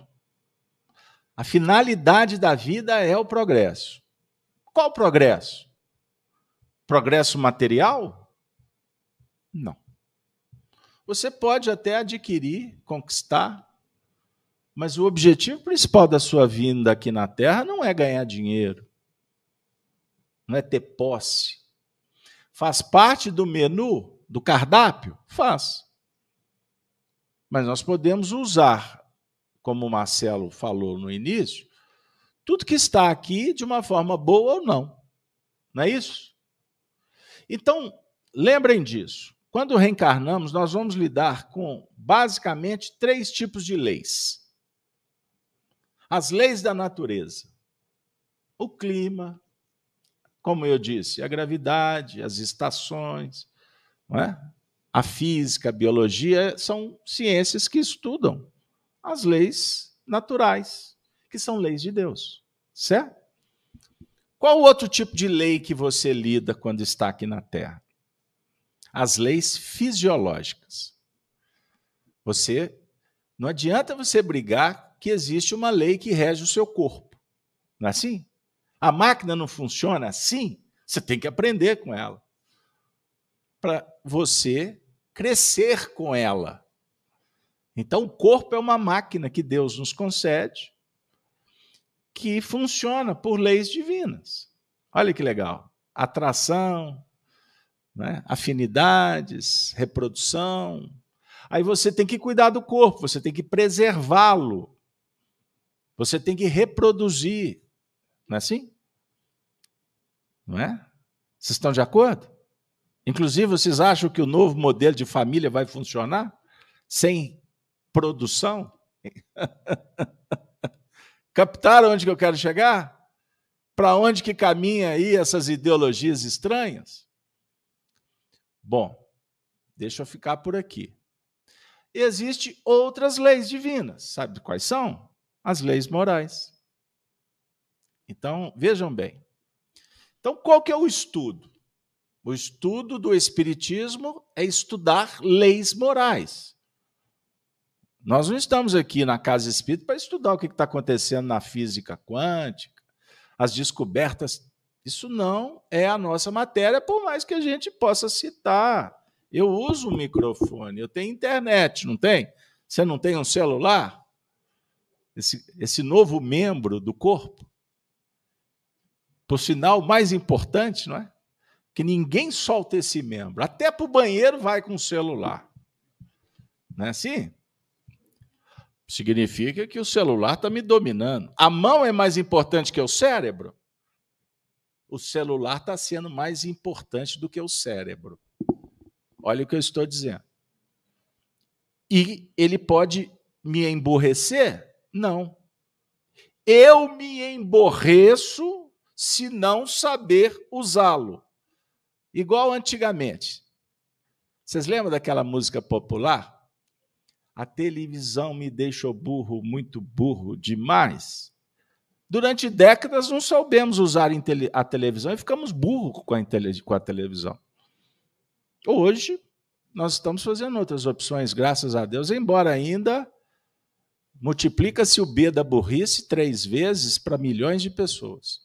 A finalidade da vida é o progresso. Qual progresso? Progresso material? Não. Você pode até adquirir, conquistar, mas o objetivo principal da sua vinda aqui na Terra não é ganhar dinheiro, não é ter posse. Faz parte do menu, do cardápio? Faz. Mas nós podemos usar, como o Marcelo falou no início, tudo que está aqui de uma forma boa ou não. Não é isso? Então, lembrem disso. Quando reencarnamos, nós vamos lidar com, basicamente, três tipos de leis. As leis da natureza. O clima, como eu disse, a gravidade, as estações, não é? A física, a biologia, são ciências que estudam as leis naturais, que são leis de Deus, certo? Qual outro tipo de lei que você lida quando está aqui na Terra? As leis fisiológicas. Você, não adianta você brigar que existe uma lei que rege o seu corpo. Não é assim? A máquina não funciona assim? Você tem que aprender com ela. Para você crescer com ela. Então, o corpo é uma máquina que Deus nos concede, que funciona por leis divinas. Olha que legal. Atração, né? Afinidades, reprodução. Aí você tem que cuidar do corpo, você tem que preservá-lo. Você tem que reproduzir. Não é assim? Não é? Vocês estão de acordo? Inclusive, vocês acham que o novo modelo de família vai funcionar sem produção? Captaram onde que eu quero chegar? Para onde que caminha aí essas ideologias estranhas? Bom, deixa eu ficar por aqui. existem outras leis divinas. Sabe quais são? As leis morais. Então, vejam bem. Então, qual que é o estudo? O estudo do Espiritismo é estudar leis morais. Nós não estamos aqui na Casa Espírita para estudar o que está acontecendo na física quântica, as descobertas. Isso não é a nossa matéria, por mais que a gente possa citar. Eu uso o microfone, eu tenho internet, não tem? Você não tem um celular? Esse, esse novo membro do corpo? Por sinal, mais importante, não é? Que ninguém solta esse membro. Até para o banheiro vai com o celular. Não é assim? Significa que o celular está me dominando. A mão é mais importante que o cérebro? O celular está sendo mais importante do que o cérebro. Olha o que eu estou dizendo. E ele pode me emborrecer? Não. Eu me emborreço se não saber usá-lo. Igual antigamente. Vocês lembram daquela música popular? A televisão me deixou burro, muito burro demais. Durante décadas não soubemos usar a televisão e ficamos burros com a televisão. Hoje, nós estamos fazendo outras opções, graças a Deus, embora ainda multiplica-se o B da burrice três vezes para milhões de pessoas.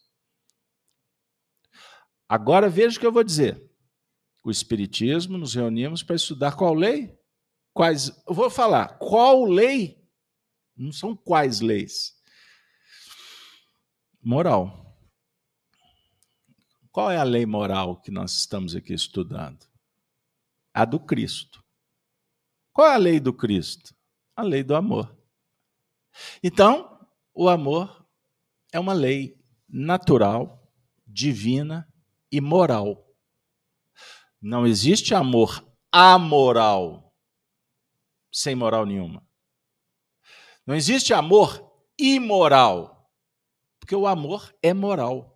Agora veja o que eu vou dizer. O Espiritismo, nos reunimos para estudar qual lei? Quais? Eu vou falar, qual lei? Não são quais leis. Moral. Qual é a lei moral que nós estamos aqui estudando? A do Cristo. Qual é a lei do Cristo? A lei do amor. Então, o amor é uma lei natural, divina e moral. Não existe amor amoral, sem moral nenhuma. Não existe amor imoral, porque o amor é moral.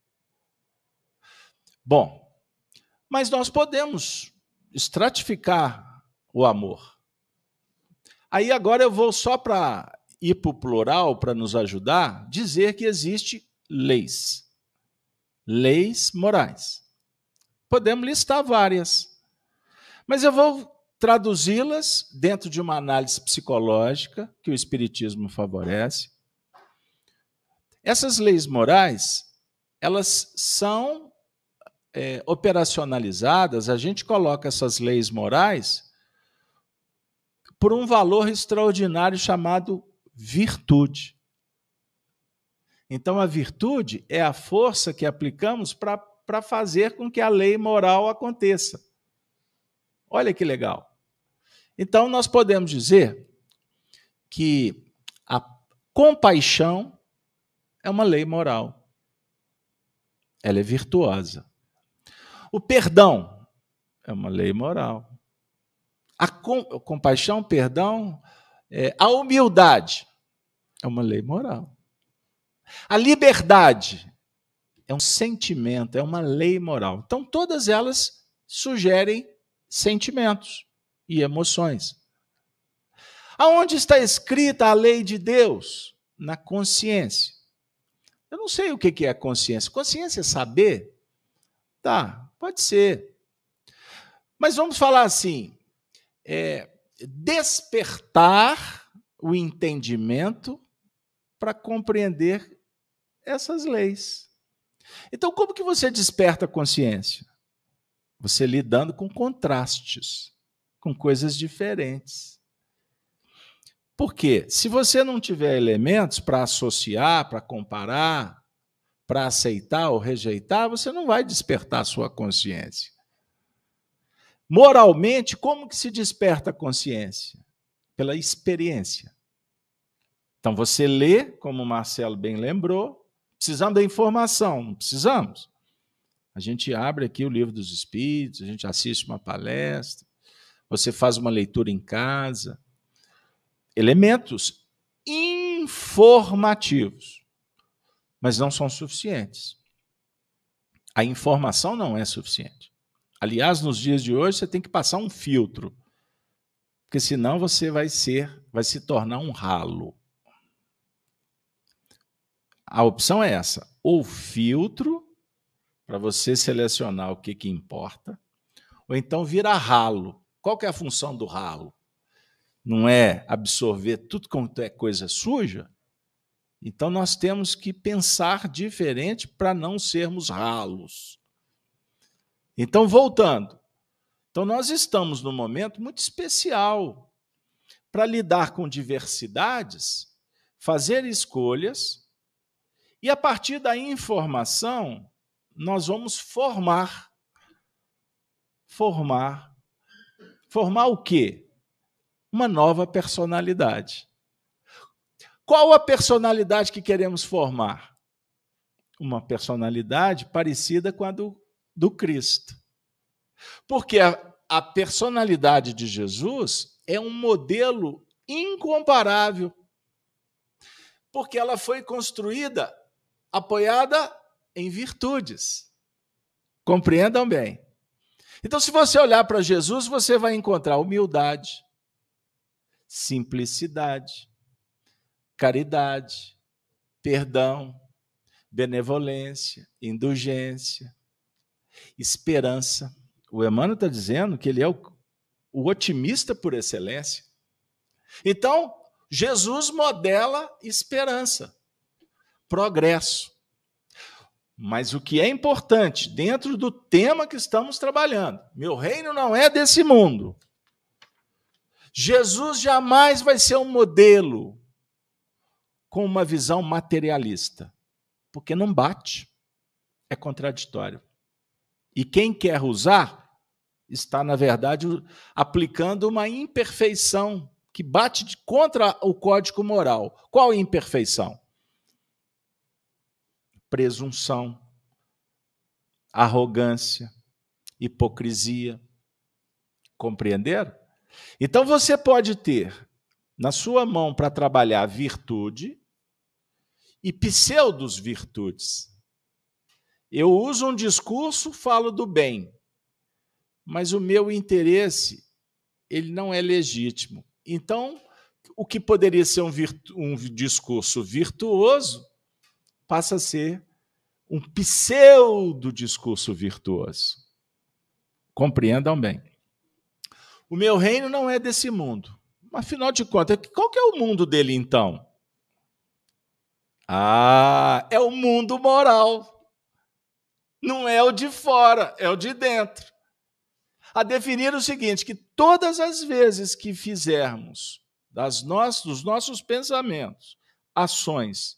Bom, mas nós podemos estratificar o amor. Aí agora eu vou só para ir para o plural, para nos ajudar, dizer que existe leis. Leis morais. Podemos listar várias. Mas eu vou traduzi-las dentro de uma análise psicológica que o Espiritismo favorece. Essas leis morais, elas são é, operacionalizadas, a gente coloca essas leis morais por um valor extraordinário chamado virtude. Então, a virtude é a força que aplicamos para para fazer com que a lei moral aconteça. Olha que legal. Então, nós podemos dizer que a compaixão é uma lei moral. Ela é virtuosa. O perdão é uma lei moral. A compaixão, perdão, é, a humildade é uma lei moral. A liberdade é um sentimento, é uma lei moral. Então, todas elas sugerem sentimentos e emoções. Aonde está escrita a lei de Deus? Na consciência. Eu não sei o que é consciência. Consciência é saber? Tá, pode ser. Mas vamos falar assim, é, despertar o entendimento para compreender essas leis. Então, como que você desperta a consciência? Você lidando com contrastes, com coisas diferentes. Por quê? Se você não tiver elementos para associar, para comparar, para aceitar ou rejeitar, você não vai despertar a sua consciência. Moralmente, como que se desperta a consciência? Pela experiência. Então, você lê, como o Marcelo bem lembrou, precisamos da informação, não precisamos? A gente abre aqui o Livro dos Espíritos, a gente assiste uma palestra, você faz uma leitura em casa. Elementos informativos, mas não são suficientes. A informação não é suficiente. Aliás, nos dias de hoje, você tem que passar um filtro. Porque senão você vai ser, vai se tornar um ralo. A opção é essa, ou filtro, para você selecionar o que, que importa, ou então vira ralo. Qual que é a função do ralo? Não é absorver tudo quanto é coisa suja? Então nós temos que pensar diferente para não sermos ralos. Então, voltando. Então nós estamos num momento muito especial para lidar com diversidades, fazer escolhas, e a partir da informação, nós vamos formar. Formar. Formar o quê? Uma nova personalidade. Qual a personalidade que queremos formar? Uma personalidade parecida com a do, do Cristo. Porque a, a personalidade de Jesus é um modelo incomparável. Porque ela foi construída apoiada em virtudes. Compreendam bem. Então, se você olhar para Jesus, você vai encontrar humildade, simplicidade, caridade, perdão, benevolência, indulgência, esperança. O Emmanuel está dizendo que ele é o, o otimista por excelência. Então, Jesus modela esperança, progresso. Mas o que é importante, dentro do tema que estamos trabalhando, meu reino não é desse mundo. Jesus jamais vai ser um modelo com uma visão materialista, porque não bate, é contraditório. E quem quer usar está, na verdade, aplicando uma imperfeição que bate contra o código moral. Qual a imperfeição? Presunção, arrogância, hipocrisia. Compreenderam? Então você pode ter na sua mão para trabalhar virtude e pseudos virtudes. Eu uso um discurso, falo do bem, mas o meu interesse ele não é legítimo. Então, o que poderia ser um, virtu- um discurso virtuoso passa a ser um pseudo-discurso virtuoso. Compreendam bem. O meu reino não é desse mundo. Afinal de contas, qual que é o mundo dele, então? Ah, é o mundo moral. Não é o de fora, é o de dentro. A definir o seguinte, que todas as vezes que fizermos das nossos, dos nossos pensamentos, ações,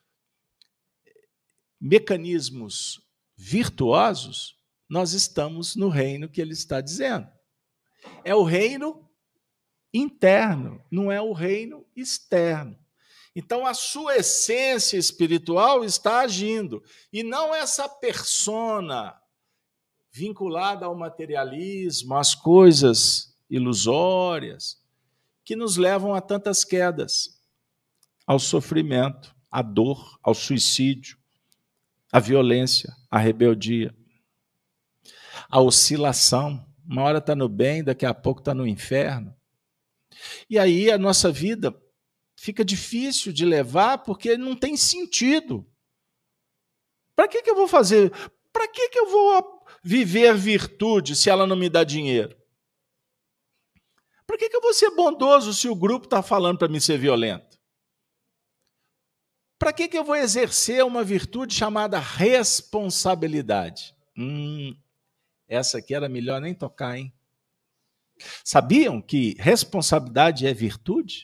mecanismos virtuosos, nós estamos no reino que ele está dizendo. É o reino interno, não é o reino externo. Então, a sua essência espiritual está agindo, e não essa persona vinculada ao materialismo, às coisas ilusórias, que nos levam a tantas quedas, ao sofrimento, à dor, ao suicídio, à violência, à rebeldia, à oscilação. Uma hora está no bem, daqui a pouco está no inferno. E aí a nossa vida fica difícil de levar porque não tem sentido. Para que, que eu vou fazer? Para que, que eu vou viver virtude se ela não me dá dinheiro? Para que, que eu vou ser bondoso se o grupo está falando para mim ser violento? Para que, que eu vou exercer uma virtude chamada responsabilidade? Hum, essa aqui era melhor nem tocar, hein? Sabiam que responsabilidade é virtude?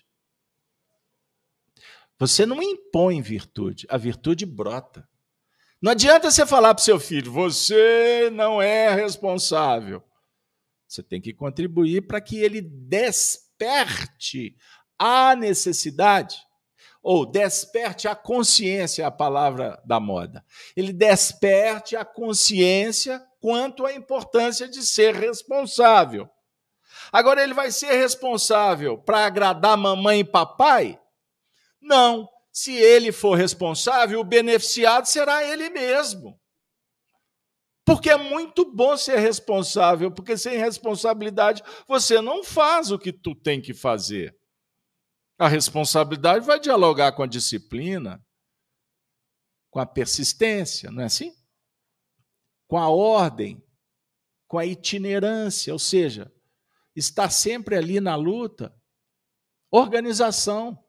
Você não impõe virtude, a virtude brota. Não adianta você falar para o seu filho, você não é responsável. Você tem que contribuir para que ele desperte a necessidade, ou desperte a consciência, é a palavra da moda. Ele desperte a consciência quanto à importância de ser responsável. Agora, ele vai ser responsável para agradar mamãe e papai? Não. Se ele for responsável, o beneficiado será ele mesmo. Porque é muito bom ser responsável, porque sem responsabilidade você não faz o que tu tem que fazer. A responsabilidade vai dialogar com a disciplina, com a persistência, não é assim? Com a ordem, com a itinerância, ou seja, estar sempre ali na luta. Organização.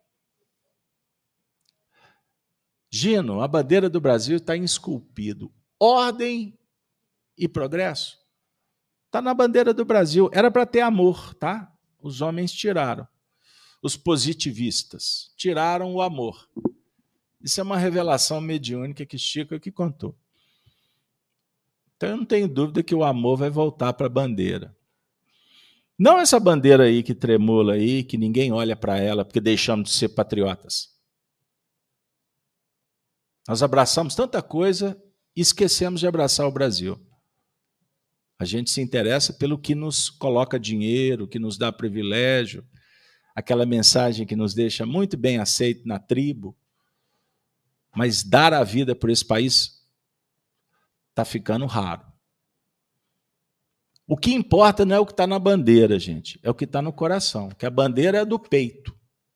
Gino, a bandeira do Brasil está esculpido. Ordem e progresso. Está na bandeira do Brasil. Era para ter amor, tá? Os homens tiraram. Os positivistas tiraram o amor. Isso é uma revelação mediúnica que Chico é que contou. Então eu não tenho dúvida que o amor vai voltar para a bandeira. Não essa bandeira aí que tremula aí, que ninguém olha para ela porque deixamos de ser patriotas. Nós abraçamos tanta coisa e esquecemos de abraçar o Brasil. A gente se interessa pelo que nos coloca dinheiro, que nos dá privilégio, aquela mensagem que nos deixa muito bem aceito na tribo, mas dar a vida por esse país está ficando raro. O que importa não é o que está na bandeira, gente, é o que está no coração, que a bandeira é do peito.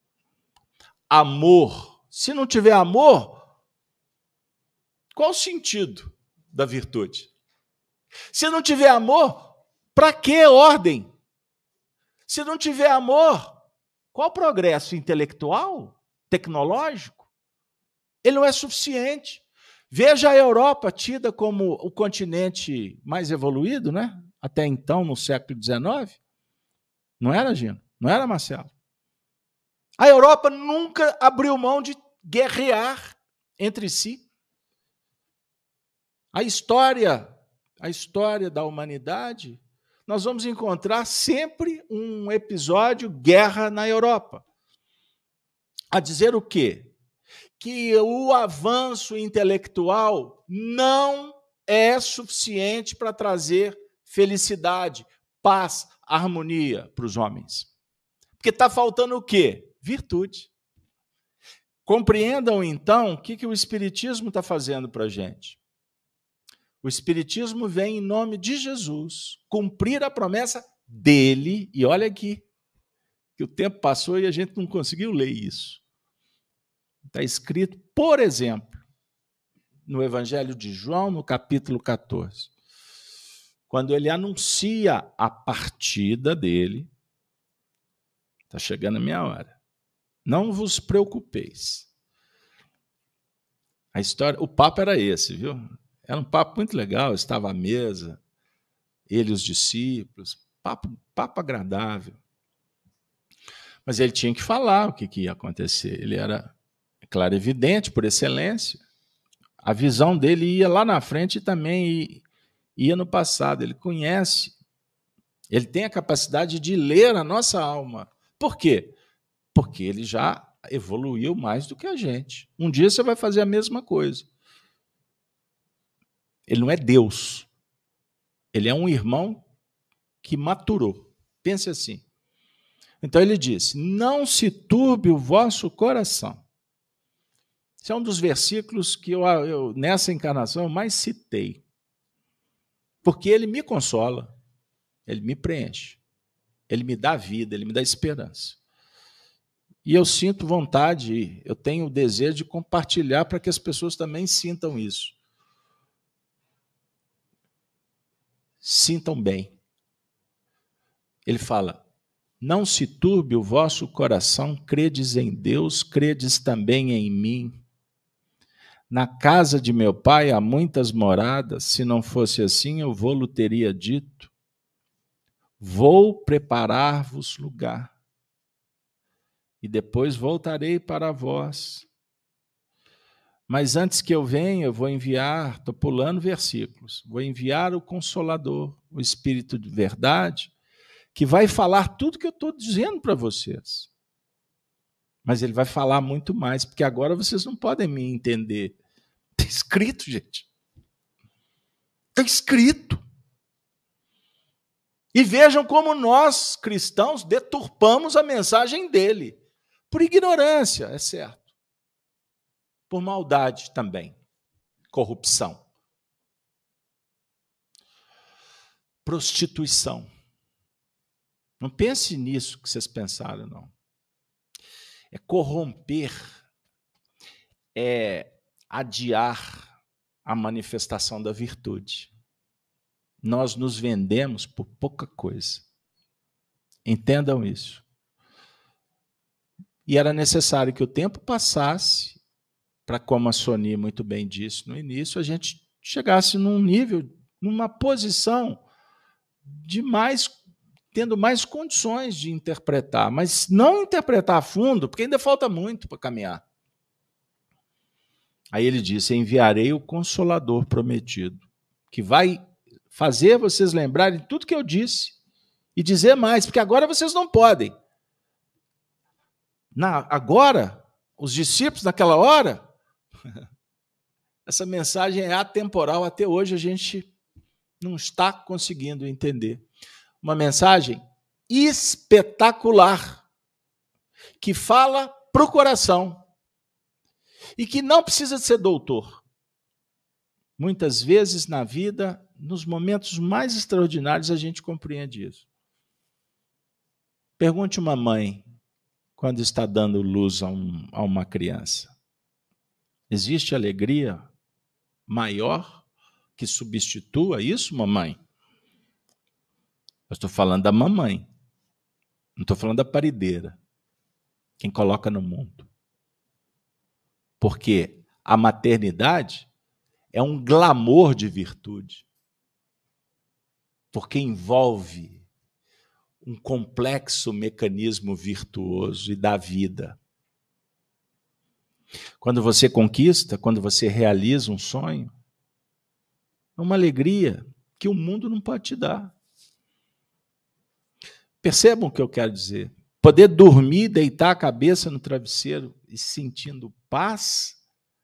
Amor. Se não tiver amor, qual o sentido da virtude? Se não tiver amor, para que ordem? Se não tiver amor, qual progresso intelectual, tecnológico? Ele não é suficiente. Veja a Europa, tida como o continente mais evoluído, né? Até então, no século dezenove. Não era, Gino? Não era, Marcelo? A Europa nunca abriu mão de guerrear entre si. A história, a história da humanidade, nós vamos encontrar sempre um episódio guerra na Europa. A dizer o quê? Que o avanço intelectual não é suficiente para trazer felicidade, paz, harmonia para os homens. Porque está faltando o quê? Virtude. Compreendam, então, o que, que o Espiritismo está fazendo para a gente. O Espiritismo vem em nome de Jesus, cumprir a promessa dele, e olha aqui, que o tempo passou e a gente não conseguiu ler isso. Está escrito, por exemplo, no Evangelho de João, no capítulo catorze, quando ele anuncia a partida dele, está chegando a minha hora, não vos preocupeis. A história, o papo era esse, viu? Era um papo muito legal, estava à mesa, ele e os discípulos, papo, papo agradável. Mas ele tinha que falar o que, que ia acontecer. Ele era clarividente por excelência. A visão dele ia lá na frente e também ia no passado. Ele conhece, ele tem a capacidade de ler a nossa alma. Por quê? Porque ele já evoluiu mais do que a gente. Um dia você vai fazer a mesma coisa. Ele não é Deus. Ele é um irmão que maturou. Pense assim. Então ele disse, não se turbe o vosso coração. Esse é um dos versículos que eu, eu nessa encarnação, eu mais citei. Porque ele me consola, ele me preenche, ele me dá vida, ele me dá esperança. E eu sinto vontade, eu tenho o desejo de compartilhar para que as pessoas também sintam isso. Sintam bem. Ele fala, não se turbe o vosso coração, credes em Deus, credes também em mim. Na casa de meu pai há muitas moradas, se não fosse assim, eu vou-lo teria dito. Vou preparar-vos lugar, e depois voltarei para vós. Mas antes que eu venha, eu vou enviar, estou pulando versículos, vou enviar o Consolador, o Espírito de verdade, que vai falar tudo que eu estou dizendo para vocês. Mas ele vai falar muito mais, porque agora vocês não podem me entender. Está escrito, gente. Está escrito. E vejam como nós, cristãos, deturpamos a mensagem dele. Por ignorância, é certo. Por maldade também. Corrupção. prostituição. Não pense nisso que vocês pensaram, não. É corromper, é adiar a manifestação da virtude. Nós nos vendemos por pouca coisa. Entendam isso. E era necessário que o tempo passasse para, como a Sony muito bem disse no início, a gente chegasse num nível, numa posição de mais, tendo mais condições de interpretar, mas não interpretar a fundo, porque ainda falta muito para caminhar. Aí ele disse: enviarei o Consolador prometido, que vai fazer vocês lembrarem tudo que eu disse e dizer mais, porque agora vocês não podem. Na, agora, os discípulos, naquela hora, essa mensagem é atemporal. Até hoje a gente não está conseguindo entender. Uma mensagem espetacular, que fala para o coração e que não precisa de ser doutor. Muitas vezes na vida, nos momentos mais extraordinários, a gente compreende isso. Pergunte uma mãe, quando está dando luz a, um, a uma criança: existe alegria maior que substitua isso, mamãe? Eu estou falando da mamãe, não estou falando da parideira, quem coloca no mundo. Porque a maternidade é um glamour de virtude, porque envolve um complexo mecanismo virtuoso e da vida. Quando você conquista, quando você realiza um sonho, é uma alegria que o mundo não pode te dar. Percebam o que eu quero dizer? Poder dormir, deitar a cabeça no travesseiro e sentindo paz,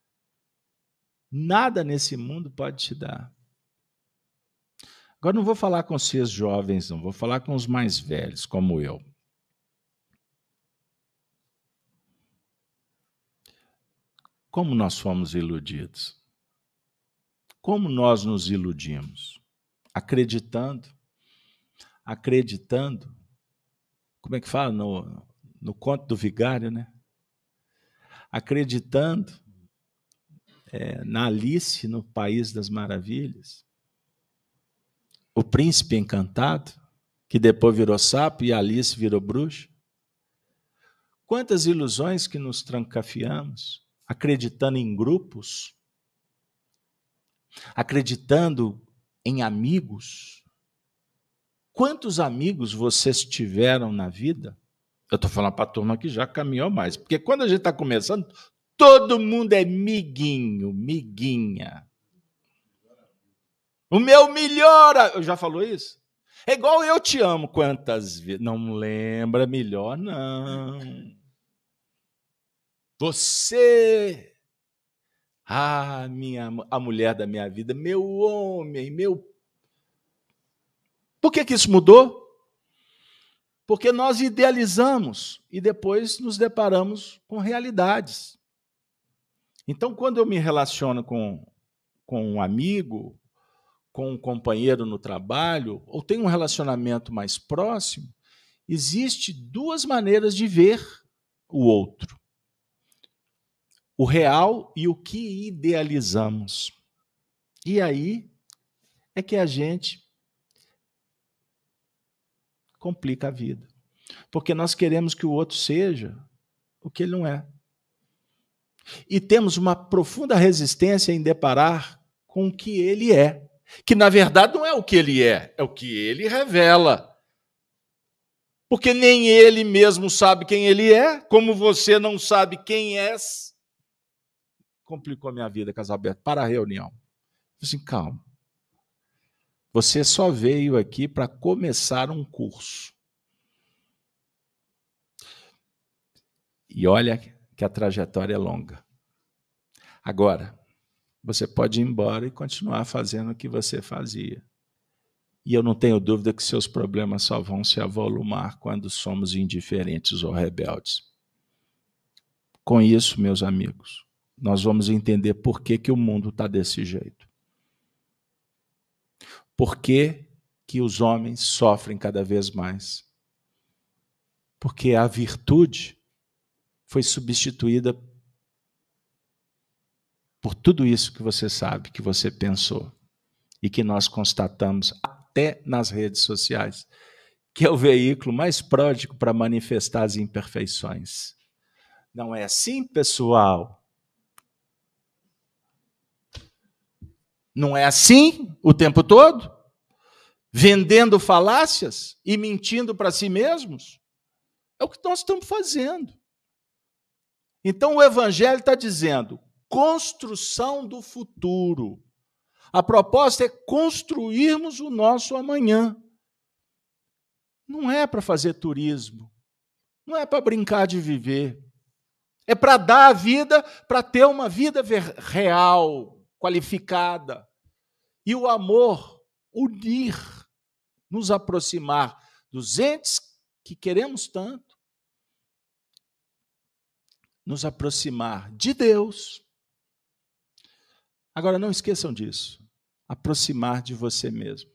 nada nesse mundo pode te dar. Agora não vou falar com vocês jovens, não, vou falar com os mais velhos, como eu. Como nós fomos iludidos? Como nós nos iludimos? Acreditando, acreditando, como é que fala no, no conto do vigário, né? Acreditando é, na Alice no País das Maravilhas, o príncipe encantado, que depois virou sapo e a Alice virou bruxa. Quantas ilusões que nos trancafiamos, acreditando em grupos, acreditando em amigos. Quantos amigos vocês tiveram na vida? Eu estou falando para a turma que já caminhou mais, porque quando a gente está começando, todo mundo é miguinho, miguinha. O meu melhor... Eu já falou isso? É igual eu te amo quantas vezes. Não lembra melhor, não. Você... Ah, minha, a mulher da minha vida, meu homem, meu... Por que que isso mudou? Porque nós idealizamos e depois nos deparamos com realidades. Então, quando eu me relaciono com, com um amigo, com um companheiro no trabalho, ou tenho um relacionamento mais próximo, existe duas maneiras de ver o outro. O real e o que idealizamos. E aí é que a gente complica a vida. Porque nós queremos que o outro seja o que ele não é. E temos uma profunda resistência em deparar com o que ele é. Que, na verdade, não é o que ele é, é o que ele revela. Porque nem ele mesmo sabe quem ele é, como você não sabe quem és. Complicou a minha vida, Casalberto. Para a reunião. Assim, calma. Você só veio aqui para começar um curso. E olha que a trajetória é longa. Agora, você pode ir embora e continuar fazendo o que você fazia. E eu não tenho dúvida que seus problemas só vão se avolumar quando somos indiferentes ou rebeldes. Com isso, meus amigos, nós vamos entender por que que o mundo está desse jeito. Por que que os homens sofrem cada vez mais. Porque a virtude foi substituída por tudo isso que você sabe, que você pensou, e que nós constatamos até nas redes sociais, que é o veículo mais pródigo para manifestar as imperfeições. Não é assim, pessoal? Não é assim o tempo todo? Vendendo falácias e mentindo para si mesmos? É o que nós estamos fazendo. Então o Evangelho está dizendo, construção do futuro. A proposta é construirmos o nosso amanhã. Não é para fazer turismo, não é para brincar de viver. É para dar a vida, para ter uma vida real, qualificada. E o amor unir, nos aproximar dos entes que queremos tanto, nos aproximar de Deus. Agora, não esqueçam disso, aproximar de você mesmo.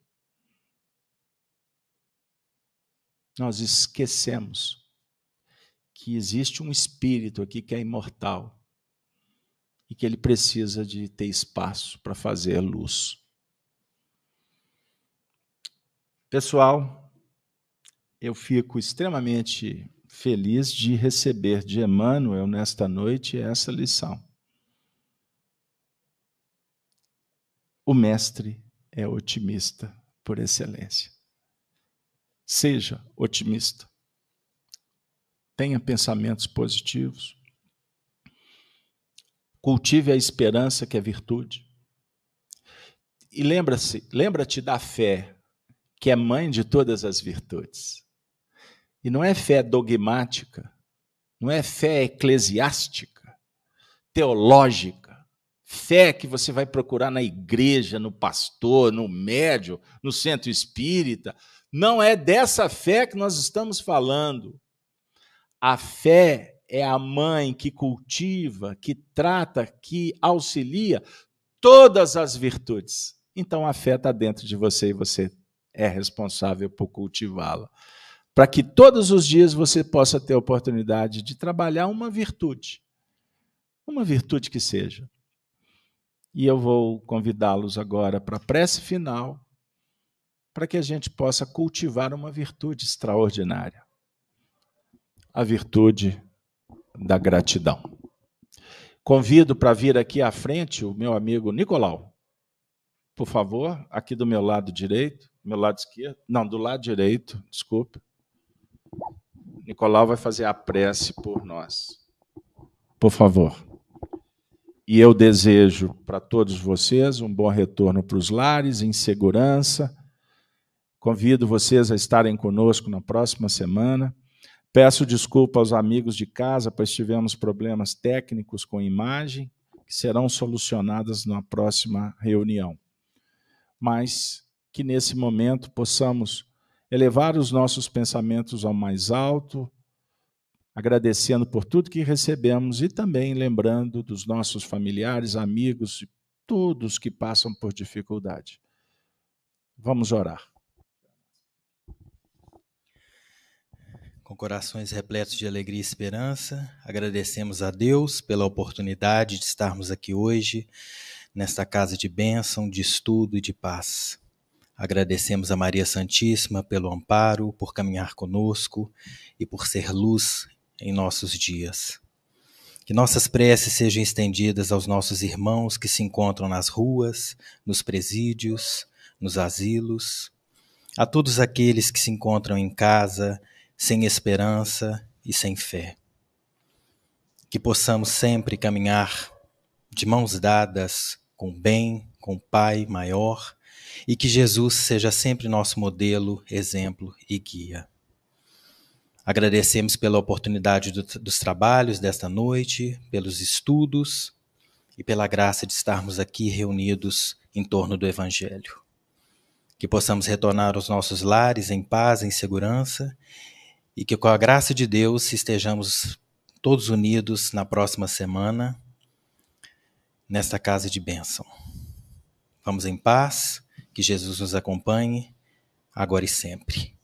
Nós esquecemos que existe um espírito aqui que é imortal e que ele precisa de ter espaço para fazer luz. Pessoal, eu fico extremamente feliz de receber de Emmanuel nesta noite essa lição. O mestre é otimista por excelência. Seja otimista. Tenha pensamentos positivos. Cultive a esperança, que é virtude. E lembra-se, lembra-te da fé, que é mãe de todas as virtudes. E não é fé dogmática, não é fé eclesiástica, teológica, fé que você vai procurar na igreja, no pastor, no médium, no centro espírita. Não é dessa fé que nós estamos falando. A fé é a mãe que cultiva, que trata, que auxilia todas as virtudes. Então a fé está dentro de você e você é responsável por cultivá-la. Para que todos os dias você possa ter a oportunidade de trabalhar uma virtude. Uma virtude que seja. E eu vou convidá-los agora para a prece final, para que a gente possa cultivar uma virtude extraordinária. A virtude da gratidão. Convido para vir aqui à frente o meu amigo Nicolau. Por favor, aqui do meu lado direito, meu lado esquerdo, não, do lado direito, desculpa. Nicolau vai fazer a prece por nós. Por favor. E eu desejo para todos vocês um bom retorno para os lares, em segurança. Convido vocês a estarem conosco na próxima semana. Peço desculpa aos amigos de casa, pois tivemos problemas técnicos com imagem, que serão solucionadas na próxima reunião. Mas que nesse momento possamos elevar os nossos pensamentos ao mais alto, agradecendo por tudo que recebemos e também lembrando dos nossos familiares, amigos e todos que passam por dificuldade. Vamos orar. Com corações repletos de alegria e esperança, agradecemos a Deus pela oportunidade de estarmos aqui hoje, nesta casa de bênção, de estudo e de paz. Agradecemos a Maria Santíssima pelo amparo, por caminhar conosco e por ser luz em nossos dias. Que nossas preces sejam estendidas aos nossos irmãos que se encontram nas ruas, nos presídios, nos asilos, a todos aqueles que se encontram em casa, sem esperança e sem fé. Que possamos sempre caminhar de mãos dadas com o bem, com o Pai maior, e que Jesus seja sempre nosso modelo, exemplo e guia. Agradecemos pela oportunidade do, dos trabalhos desta noite, pelos estudos e pela graça de estarmos aqui reunidos em torno do Evangelho. Que possamos retornar aos nossos lares em paz, em segurança, e que com a graça de Deus estejamos todos unidos na próxima semana, nesta casa de bênção. Vamos em paz, que Jesus nos acompanhe. agora e sempre.